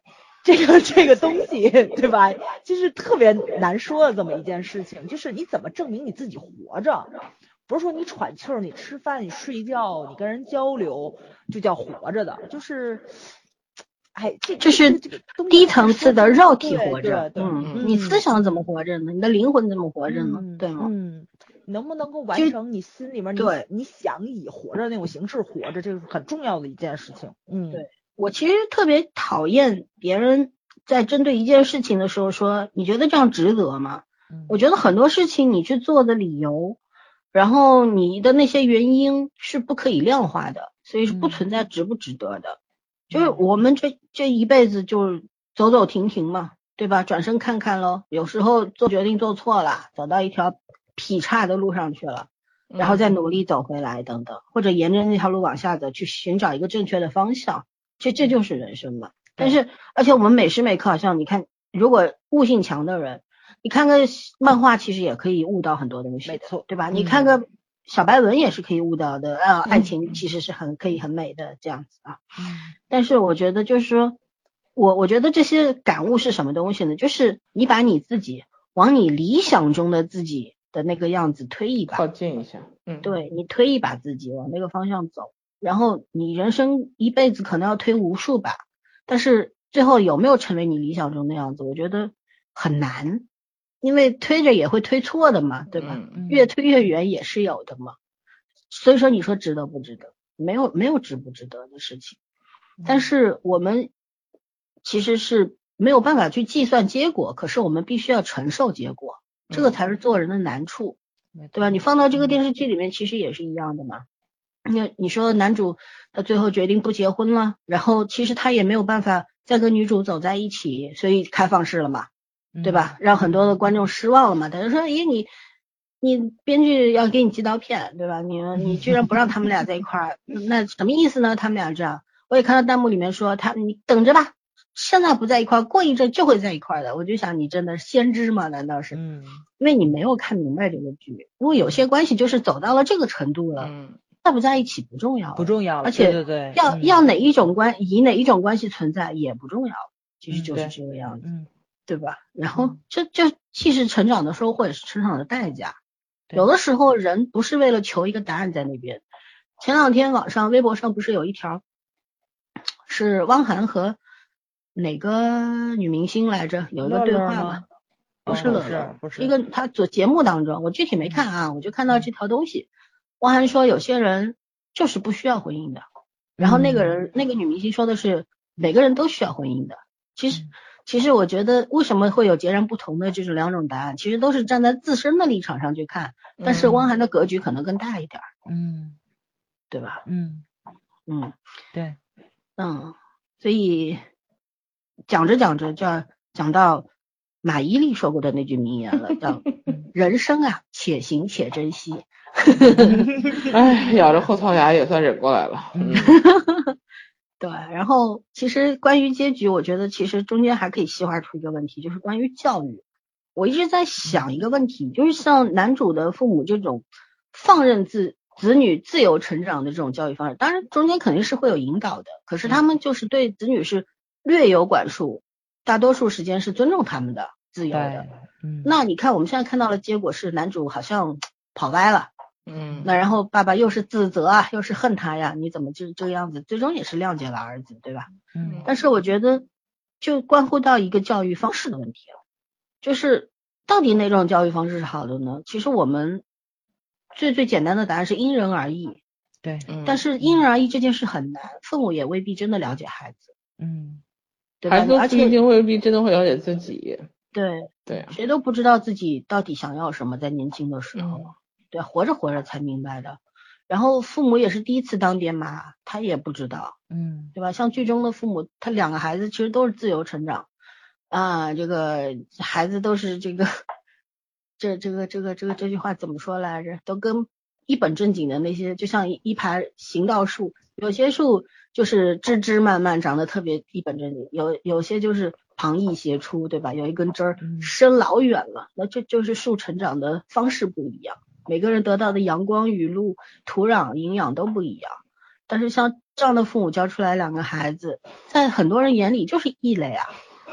这个这个东西，对吧？就是特别难说的这么一件事情，就是你怎么证明你自己活着？不是说你喘气儿、你吃饭、你睡觉、你跟人交流就叫活着的，就是，哎，这这是低层次的肉体活着，嗯，你思想怎么活着呢？你的灵魂怎么活着呢？ 嗯、 对吗？ 嗯，能不能够完成你心里面你对你想以活着那种形式活着，这是很重要的一件事情。嗯， 对，我其实特别讨厌别人在针对一件事情的时候说，你觉得这样值得吗？ 嗯、 我觉得很多事情你去做的理由，然后你的那些原因是不可以量化的，所以是不存在值不值得的。嗯、就是我们这这一辈子就走走停停嘛，对吧？转身看看咯，有时候做决定做错了，走到一条劈叉的路上去了，然后再努力走回来等等，或者沿着那条路往下走，去寻找一个正确的方向。这这就是人生嘛。但是而且我们每时每刻好像你看，如果悟性强的人，你看个漫画其实也可以悟到很多东西， 没错， 对吧？ 嗯、 你看个小白文也是可以悟到的，呃，爱情其实是很可以很美的这样子啊。 嗯、 但是我觉得就是说，我我觉得这些感悟是什么东西呢？就是你把你自己往你理想中的自己的那个样子推一把， 靠近一下，嗯， 对，你推一把自己往那个方向走，然后你人生一辈子可能要推无数把，但是最后有没有成为你理想中的样子，我觉得很难，因为推着也会推错的嘛，对吧？ 嗯、 越推越远也是有的嘛。所以说你说值得不值得？没有没有值不值得的事情，但是我们其实是没有办法去计算结果，可是我们必须要承受结果，这个才是做人的难处， 嗯、 对吧？你放到这个电视剧里面其实也是一样的嘛。你你说男主他最后决定不结婚了，然后其实他也没有办法再跟女主走在一起，所以开放式了嘛，对吧？让很多的观众失望了嘛。他就说，咦，你你编剧要给你寄刀片，对吧？你你居然不让他们俩在一块儿，那什么意思呢？他们俩这样，我也看到弹幕里面说他你等着吧，现在不在一块儿，过一阵就会在一块儿的。我就想你真的是先知吗？难道是？ 嗯， 因为你没有看明白这个剧，因为有些关系就是走到了这个程度了。 嗯， 在不在一起不重要， 不重要了， 而且对对对， 要、 嗯、 要哪一种关以哪一种关系存在也不重要，其实就是这个样子， 嗯， 对吧？然后这这既是成长的收获，也是成长的代价。有的时候人不是为了求一个答案在那边。前两天网上微博上不是有一条，是汪涵和哪个女明星来着有一个对话吗？不是乐乐， 不是一个他做节目当中，我具体没看啊，我就看到这条东西。汪涵说有些人就是不需要婚姻的，然后那个人、嗯、那个女明星说的是每个人都需要婚姻的。其实、嗯、其实我觉得为什么会有截然不同的这种两种答案，其实都是站在自身的立场上去看，但是汪涵的格局可能更大一点， 嗯， 对吧？ 嗯嗯， 对， 嗯，所以讲着讲着就要讲到马伊琍说过的那句名言了，叫人生啊且行且珍惜。 哎，咬着后槽牙也算忍过来了。嗯， 对，然后其实关于结局，我觉得其实中间还可以细化出一个问题，就是关于教育。我一直在想一个问题，就是像男主的父母这种放任自子女自由成长的这种教育方式，当然中间肯定是会有引导的，可是他们就是对子女是略有管束，大多数时间是尊重他们的自由的。 嗯， 那你看我们现在看到的结果是男主好像跑歪了。 嗯， 那然后爸爸又是自责啊，又是恨他呀，你怎么就这个样子？最终也是谅解了儿子，对吧？ 嗯， 但是我觉得就关乎到一个教育方式的问题了，就是到底哪种教育方式是好的呢？其实我们最最简单的答案是因人而异。 对， 但是因人而异这件事很难，父母也未必真的了解孩子。 嗯， 对吧？ 孩子不一定未必真的会了解自己。 对对， 谁都不知道自己到底想要什么，在年轻的时候。嗯，对，活着活着才明白的。然后父母也是第一次当爹妈，他也不知道， 嗯， 对吧？像剧中的父母，他两个孩子其实都是自由成长啊，这个孩子都是这个，这这个这个这个这句话怎么说来着？都跟一本正经的那些，就像一一排行道树，有些树就是枝枝蔓蔓长得特别一本正经，有有些就是旁逸斜出，对吧？有一根枝儿伸老远了，那这就是树成长的方式不一样。每个人得到的阳光、雨露、土壤、营养都不一样，但是像这样的父母教出来两个孩子，在很多人眼里就是异类啊，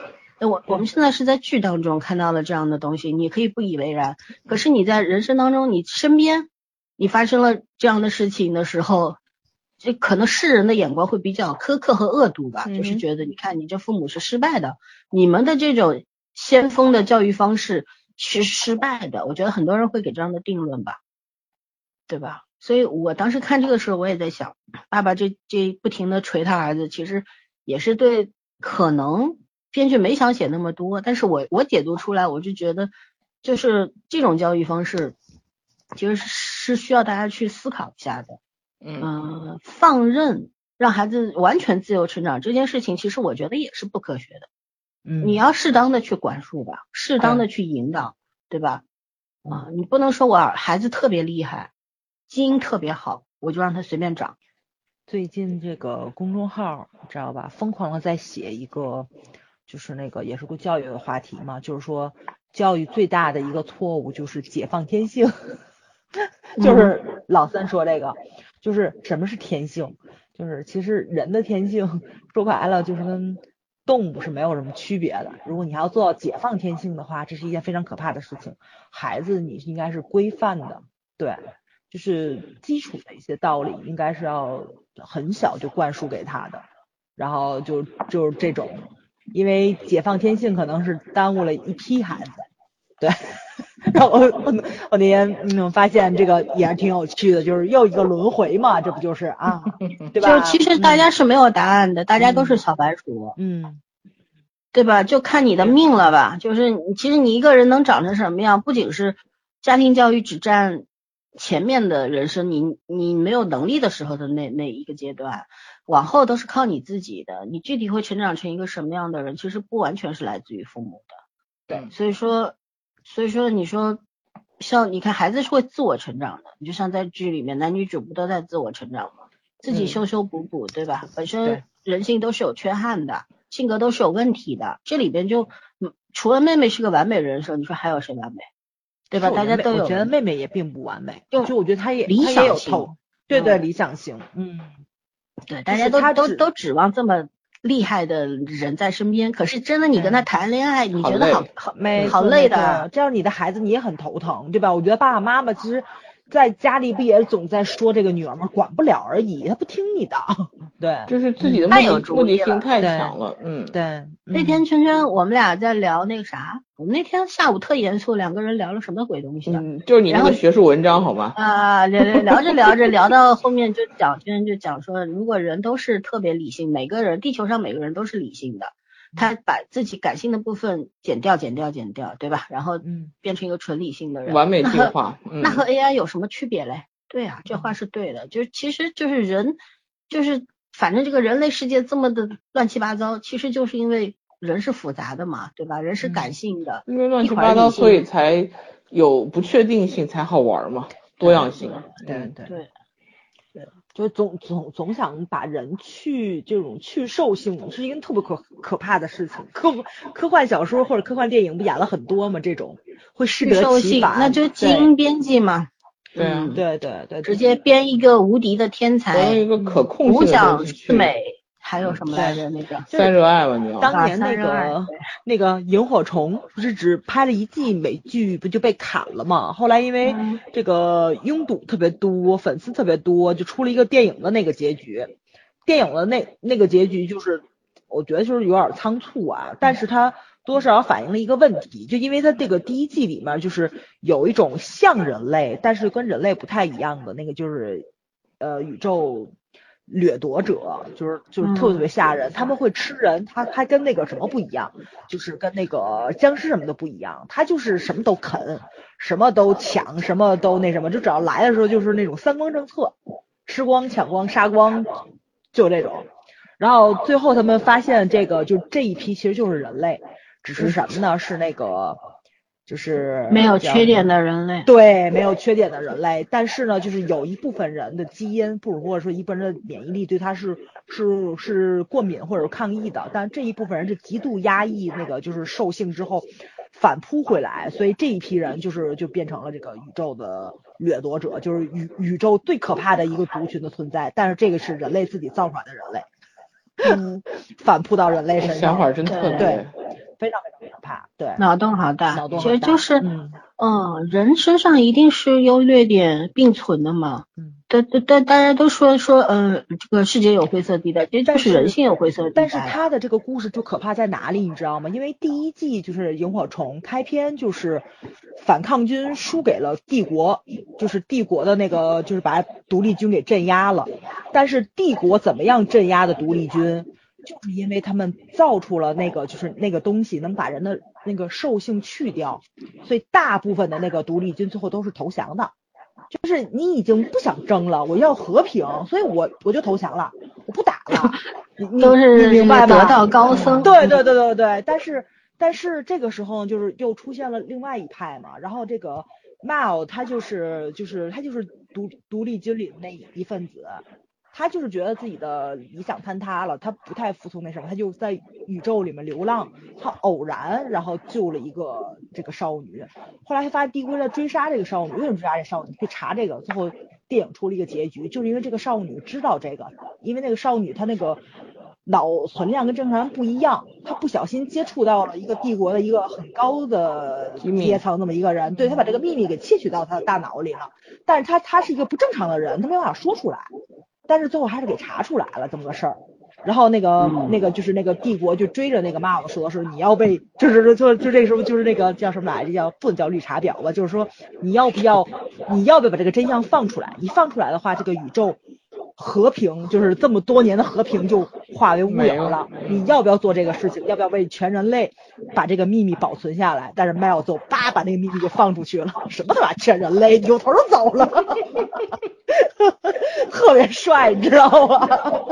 我我们现在是在剧当中看到了这样的东西，你可以不以为然，可是你在人生当中，你身边你发生了这样的事情的时候，这可能世人的眼光会比较苛刻和恶毒吧， 嗯、 就是觉得你看你这父母是失败的，你们的这种先锋的教育方式是失败的，我觉得很多人会给这样的定论吧，对吧？所以我当时看这个时候，我也在想，爸爸这这不停的捶他儿子，其实也是对，可能编剧没想写那么多，但是我我解读出来，我就觉得就是这种教育方式其实是需要大家去思考一下的。 嗯、 呃，放任让孩子完全自由成长这件事情，其实我觉得也是不科学的。 嗯， 你要适当的去管束吧，适当的去引导，对吧？啊，你不能说我孩子特别厉害，基因特别好，我就让他随便长。 最近这个公众号你知道吧，疯狂的在写一个就是那个也是个教育的话题嘛，就是说教育最大的一个错误就是解放天性就是老三说这个就是什么是天性，就是其实人的天性说白了就是跟动物是没有什么区别的，如果你还要做到解放天性的话，这是一件非常可怕的事情。孩子你应该是规范的，对，就是基础的一些道理应该是要很小就灌输给他的，然后就就是这种，因为解放天性可能是耽误了一批孩子，对。然后我我我那天嗯发现这个也是挺有趣的，就是又一个轮回嘛，这不就是啊，对吧？ 就其实大家是没有答案的，嗯、大家都是小白鼠， 嗯， 对吧？就看你的命了吧。就是其实你一个人能长成什么样，不仅是家庭教育只占前面的人生，你你没有能力的时候的那那一个阶段，往后都是靠你自己的。你具体会成长成一个什么样的人，其实不完全是来自于父母的。 对， 所以说。所以说你说像你看孩子是会自我成长的，你就像在剧里面男女主不都在自我成长吗？自己修修补补，嗯、对吧？本身人性都是有缺憾的，性格都是有问题的，这里边就嗯，除了妹妹是个完美人生，你说还有谁完美？对吧？大家都有。 我觉得妹妹也并不完美， 就就我觉得她也理想型， 对对，理想型，嗯， 对，大家都都都指望这么厉害的人在身边，可是真的你跟他谈恋爱，你觉得好好好累的， 这样你的孩子你也很头疼，对吧？我觉得爸爸妈妈其实在家里不也总在说这个女儿吗？管不了而已，他不听你的，对， 就是自己的目的目的性太强了，嗯， 对。 那天圈圈我们俩在聊那个啥，我们那天下午特严肃，两个人聊了什么鬼东西啊？ 嗯，就是你那个学术文章好吗？ 啊，聊聊着聊着聊到后面就讲圈圈就讲说，如果人都是特别理性，每个人地球上每个人都是理性的，他把自己感性的部分减掉减掉减掉，对吧？然后变成一个纯理性的人， 完美进化， 那和、嗯、那和 A I 有什么区别嘞？对啊，这话是对的，就是其实就是人就是反正这个人类世界这么的乱七八糟，其实就是因为人是复杂的嘛，对吧？人是感性的， 因为乱七八糟，所以才有不确定性，才好玩嘛，多样性。 对对对对，就总总总想把人去这种去兽性，是一个特别可可怕的事情。科科幻小说或者科幻电影不演了很多吗？这种会适得其反， 那就基因编辑嘛。 对啊， 对对对， 直接编一个无敌的天才， 一个可控性的无想之美，还有什么来着？那个三热爱吧，你要当年那个那个萤火虫不是只拍了一季美剧，不就被砍了吗？后来因为这个拥堵特别多，粉丝特别多，就出了一个电影的那个结局。电影的那那个结局就是，我觉得就是有点仓促啊，但是它多少反映了一个问题，就因为它这个第一季里面就是有一种像人类，但是跟人类不太一样的那个就是呃宇宙掠夺者，就是就是特别特别吓人，他们会吃人，他还跟那个什么不一样，就是跟那个僵尸什么的不一样，他就是什么都啃，什么都抢，什么都那什么，就只要来的时候就是那种三光政策，吃光抢光杀光，就这种。然后最后他们发现这个就这一批其实就是人类，只是什么呢？是那个就是没有缺点的人类， 对，没有缺点的人类。但是呢，就是有一部分人的基因，不或者说一部分人的免疫力对它是是是过敏或者抗议的，但这一部分人是极度压抑那个就是兽性之后反扑回来，所以这一批人就是就变成了这个宇宙的掠夺者，就是宇宇宙最可怕的一个族群的存在。但是这个是人类自己造出来的人类。嗯，反扑到人类身上， 想法真特别。 对非常非常可怕。对， 脑洞好大， 脑洞其实就是嗯嗯，人身上一定是优劣点并存的嘛。 嗯， 对对对，大家都说说呃这个世界有灰色地带，其实就是人性有灰色地带。 但是他的这个故事就可怕在哪里，你知道吗？因为第一季就是萤火虫开篇就是反抗军输给了帝国，就是帝国的那个就是把独立军给镇压了。但是帝国怎么样镇压的独立军？就是因为他们造出了那个就是那个东西能把人的那个兽性去掉，所以大部分的那个独立军最后都是投降的。就是你已经不想争了，我要和平，所以我我就投降了，我不打了。你都是你明白吗？ 得道高僧。 对对对对对，但是但是这个时候就是又出现了另外一派嘛，然后这个 Mal 他就是就是他就是独独立军里的那一份子。他就是觉得自己的理想坍塌了，他不太服从那什么，他就在宇宙里面流浪，他偶然然后救了一个这个少女，后来他发现帝国在追杀这个少女，为什么追杀这少女？可以查这个，最后电影出了一个结局，就是因为这个少女知道这个，因为那个少女她那个脑存量跟正常人不一样，她不小心接触到了一个帝国的一个很高的阶层这么一个人，对，她把这个秘密给窃取到她的大脑里了，但是她她是一个不正常的人，她没办法说出来。但是最后还是给查出来了这么个事儿，然后那个、嗯、那个就是那个帝国就追着那个马尔说是你要被就是就就这个时候就是那个叫什么来着，叫不能叫绿茶婊吧，就是说你要不要你要不要把这个真相放出来，你放出来的话这个宇宙和平就是这么多年的和平就化为乌有了，你要不要做这个事情，要不要为全人类把这个秘密保存下来？但是迈尔就叭把那个秘密给放出去了，什么他妈全人类扭头就走了特别帅，你知道吗？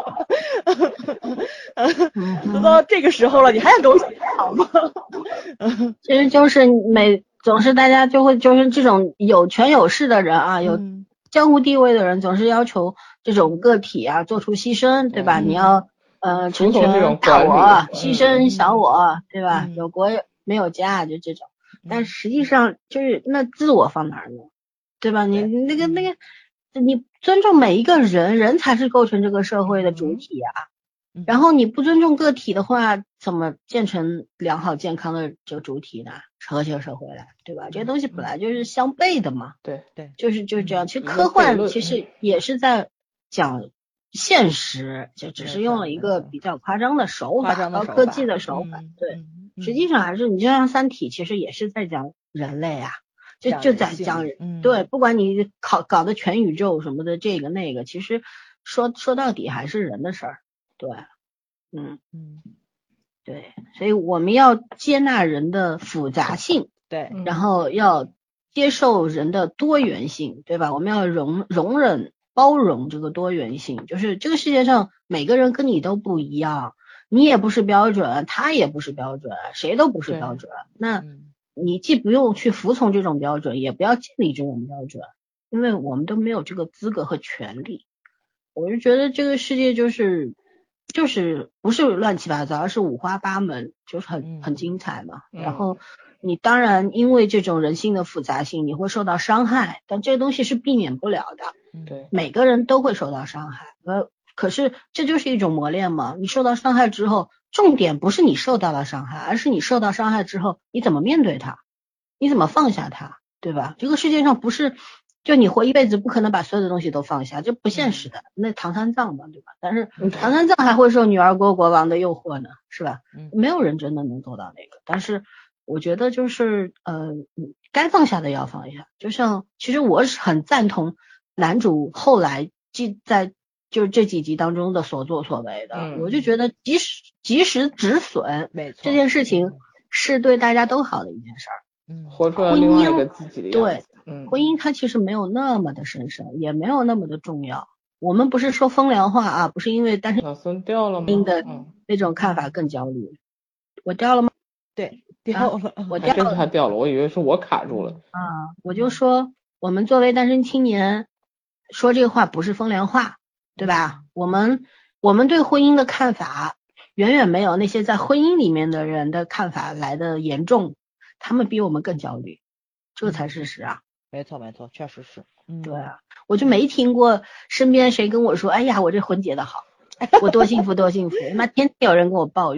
都到这个时候了，你还想给我洗脑吗？ 其实就是每总是大家就会就是这种有权有势的人啊，有江湖地位的人，总是要求这种个体啊做出牺牲，对吧？嗯、你要呃成全大我，牺牲小我，嗯、对吧？嗯、有国没有家就这种，但实际上就是那自我放哪儿呢？对吧？你那个那个。你尊重每一个人，人才是构成这个社会的主体啊。嗯、然后你不尊重个体的话，怎么建成良好健康的这个主体呢？和谐社会来，对吧？这些东西本来就是相悖的嘛。 对对， 就是就是这样。其实科幻其实也是在讲现实，就只是用了一个比较夸张的手法，高科技的手法。嗯、对、嗯，实际上还是你就像《三体》，其实也是在讲人类啊。就就在讲人、嗯，对，不管你搞搞的全宇宙什么的，这个那个，其实说说到底还是人的事儿，对，嗯嗯，对，所以我们要接纳人的复杂性， 对， 然后要接受人的多元性，对吧？我们要容容忍、包容这个多元性，就是这个世界上每个人跟你都不一样，你也不是标准，他也不是标准，谁都不是标准，那。嗯你既不用去服从这种标准，也不要建立这种标准，因为我们都没有这个资格和权利。我就觉得这个世界就是就是不是乱七八糟，而是五花八门，就是很很精彩嘛。嗯、然后你当然因为这种人性的复杂性，你会受到伤害，但这个东西是避免不了的。 对， 每个人都会受到伤害。呃，可是这就是一种磨练嘛。你受到伤害之后。重点不是你受到了伤害，而是你受到伤害之后你怎么面对它，你怎么放下它，对吧？这个世界上不是就你活一辈子不可能把所有的东西都放下，这不现实的。那唐三藏嘛，对吧？但是唐三藏还会受女儿国国王的诱惑呢，是吧？没有人真的能做到那个。但是我觉得就是呃，该放下的要放下。就像其实我是很赞同男主后来即在。就是这几集当中的所作所为的，嗯、我就觉得及时及时止损， 没错， 这件事情是对大家都好的一件事儿。 嗯，活出来另外一个自己的样子。 对，嗯，婚姻它其实没有那么的神圣，也没有那么的重要。我们不是说风凉话啊，不是因为单身老孙掉了吗？ 的那种看法更焦虑。我掉了吗？ 对，掉了， 啊、我掉了， 还掉了，我以为是我卡住了。 啊，我就说我们作为单身青年说这个话不是风凉话。对吧？我们我们对婚姻的看法远远没有那些在婚姻里面的人的看法来的严重，他们比我们更焦虑，这才是事实啊。 没错没错，确实是。 嗯，对啊，我就没听过身边谁跟我说，哎呀，我这婚结的好，我多幸福多幸福，那天天有人跟我抱怨，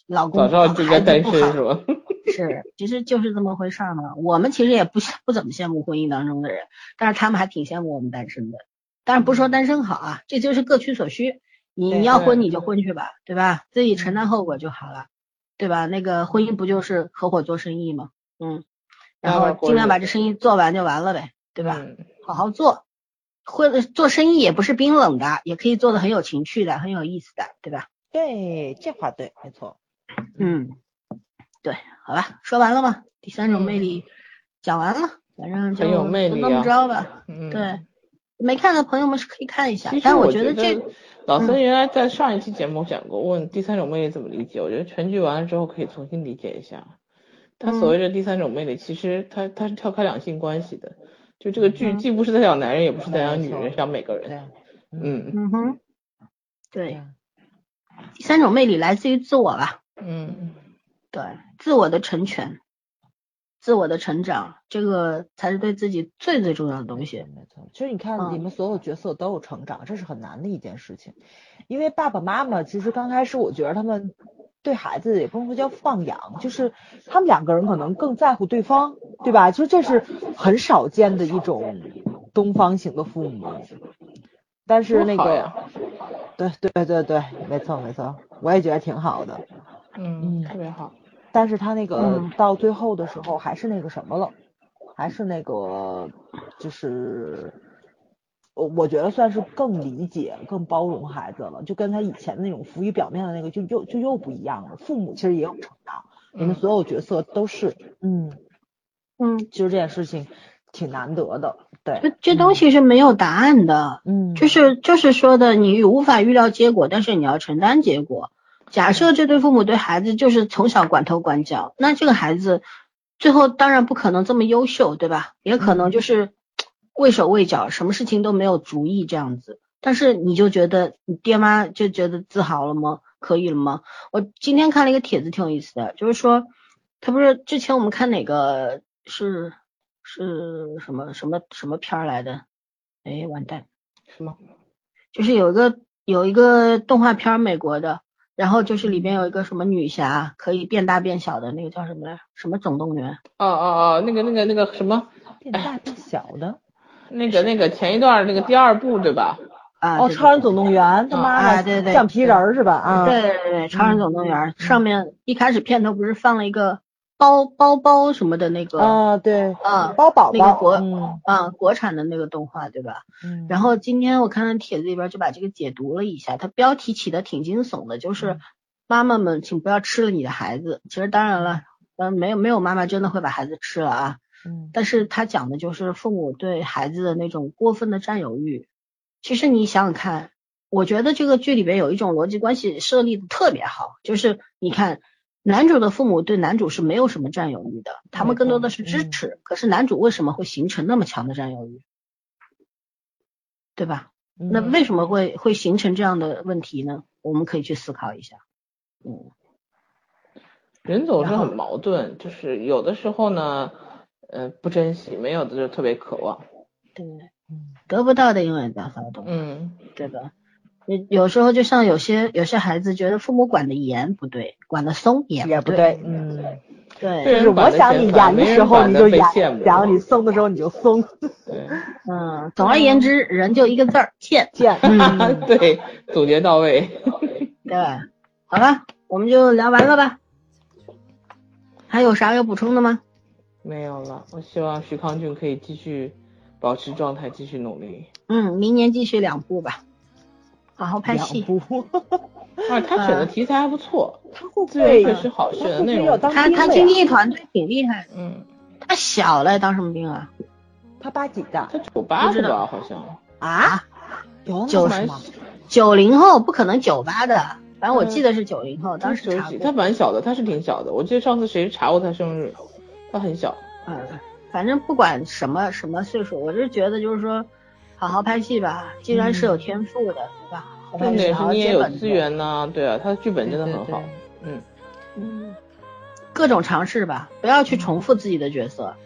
老公早知道就该单身是吧？ 是，其实就是这么回事嘛。我们其实也不不怎么羡慕婚姻当中的人，但是他们还挺羡慕我们单身的。当然不说单身好啊，这就是各取所需。你你要婚你就婚去吧，对吧？自己承担后果就好了，对吧？那个婚姻不就是合伙做生意吗？嗯，然后尽量把这生意做完就完了呗，对吧？嗯、好好做。会做生意也不是冰冷的，也可以做得很有情趣的，很有意思的，对吧？ 对，这话对，没错。 嗯，对，好吧，说完了吗？第三种魅力讲完了，反正就很有魅力啊， 就这么着吧。 嗯， 对，没看的朋友们是可以看一下。 其实但我觉得这老森原来在上一期节目讲过，问第三种魅力怎么理解，我觉得全剧完了之后可以重新理解一下。他所谓的第三种魅力，其实他他是跳开两性关系的。就这个剧既不是在讲男人，也不是在讲女人，讲每个人。嗯嗯哼，对，第三种魅力来自于自我吧。 嗯， 对，自我的成全，自我的成长，这个才是对自己最最重要的东西。 没错，其实你看你们所有角色都有成长，嗯、这是很难的一件事情。因为爸爸妈妈其实刚开始我觉得他们对孩子也不能说叫放养，就是他们两个人可能更在乎对方，对吧？其实这是很少见的一种东方型的父母。但是那个，对对对对，没错没错，我也觉得挺好的。 嗯，特别好。 但是他那个、嗯、到最后的时候还是那个什么了，还是那个就是我觉得算是更理解更包容孩子了，就跟他以前那种浮于表面的那个就又就又不一样了。父母其实也有成长，你们所有角色都是嗯嗯， 其实这件事情挺难得的。对， 这这东西是没有答案的， 嗯， 就是就是说的你无法预料结果，但是你要承担结果。假设这对父母对孩子就是从小管头管脚，那这个孩子最后当然不可能这么优秀，对吧？也可能就是畏手畏脚，什么事情都没有主意这样子。但是你就觉得你爹妈就觉得自豪了吗？可以了吗？我今天看了一个帖子挺有意思的，就是说他不是之前我们看哪个是是什么什么什么片儿来的？哎，完蛋， 什么？ 就是有一个有一个动画片，美国的。然后就是里边有一个什么女侠可以变大变小的那个叫什么来？什么总动员？ 哦哦哦，那个那个那个什么变大变小的？ 那个那个前一段那个第二部对吧？ 啊， 哦，超人总动员，他妈妈的橡皮人是吧？啊， 对对对，超人总动员上面一开始片头不是放了一个包包包什么的那个啊，对， 啊， 包宝宝那个国嗯啊国产的那个动画对吧？ 嗯。 然后今天我看到帖子里边就把这个解读了一下，它标题起的挺惊悚的，就是妈妈们请不要吃了你的孩子。其实当然了，嗯，没有没有妈妈真的会把孩子吃了啊。 嗯。 但是他讲的就是父母对孩子的那种过分的占有欲。其实你想想看，我觉得这个剧里边有一种逻辑关系设立的特别好，就是你看男主的父母对男主是没有什么占有欲的，他们更多的是支持。嗯、可是男主为什么会形成那么强的占有欲？对吧？ 嗯、 那为什么会会形成这样的问题呢？我们可以去思考一下。嗯， 人总是很矛盾，就是有的时候呢，呃，不珍惜，没有的就特别渴望。 对，得不到的永远在骚动。 嗯， 对吧？有时候就像有些有些孩子觉得父母管的严不对，管的松也也不对。嗯， 对， 就是我想你严的时候你就严，想你松的时候你就松。 对， 嗯，总而言之，人就一个字儿贱。 贱。 嗯，对，总结到位。 对，好了，我们就聊完了吧？还有啥要补充的吗？ 没有了，我希望徐康俊可以继续保持状态，继续努力。 嗯，明年继续两部吧，好好拍戏。 两部。 啊，他选的题材还不错， 他会资源确实好，选的内容。 他他经纪团队挺厉害。 嗯。 他小了当什么兵啊？ 他八几的？ 他九八的吧，好像。 啊？有九什么？ 九零后不可能九八的，反正我记得是九零后， 嗯、 当时查过。 他蛮小的，他是挺小的，我记得上次谁查过他生日，他很小。 嗯，反正不管什么什么岁数，我是觉得就是说，好好拍戏吧，既然是有天赋的，对吧？ 重点是你也有资源呐、啊，对啊，他的剧本真的很好。 嗯嗯，各种尝试吧，不要去重复自己的角色。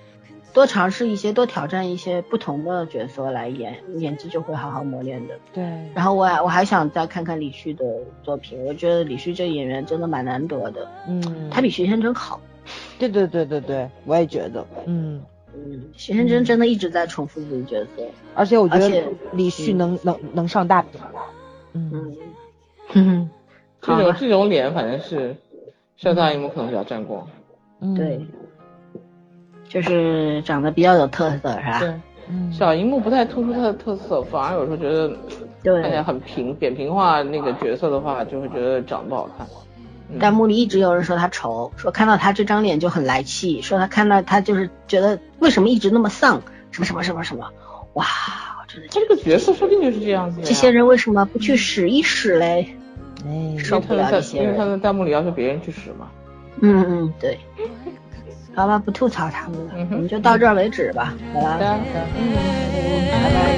多尝试一些，多挑战一些不同的角色来演，演技就会好好磨练的。 对。 然后我还我还想再看看李旭的作品，我觉得李旭这演员真的蛮难得的。 嗯， 他比徐先真好。 对对对对对，我也觉得。嗯嗯，徐先真真的一直在重复自己角色， 而且我觉得李旭能、嗯、能能上大屏。 嗯嗯， 这种这种脸反正是上大荧幕可能比较沾光。 嗯，对，就是长得比较有特色，是吧？ 对，嗯，小荧幕不太突出他的特色，反而有时候觉得对看起来很平扁平化那个角色的话，就会觉得长得不好看。 弹幕里一直有人说他丑，说看到他这张脸就很来气，说他看到他就是觉得为什么一直那么丧，什么什么什么什么，哇，我真的他这个角色设定就是这样子的。 这些人为什么不去使一使嘞？ 哎， 受不了这些人。 因为他的弹幕里要求别人去使嘛。 嗯嗯，对。好吧，不吐槽他们了，嗯、我们就到这儿为止吧，好吧？ 嗯， 拜拜。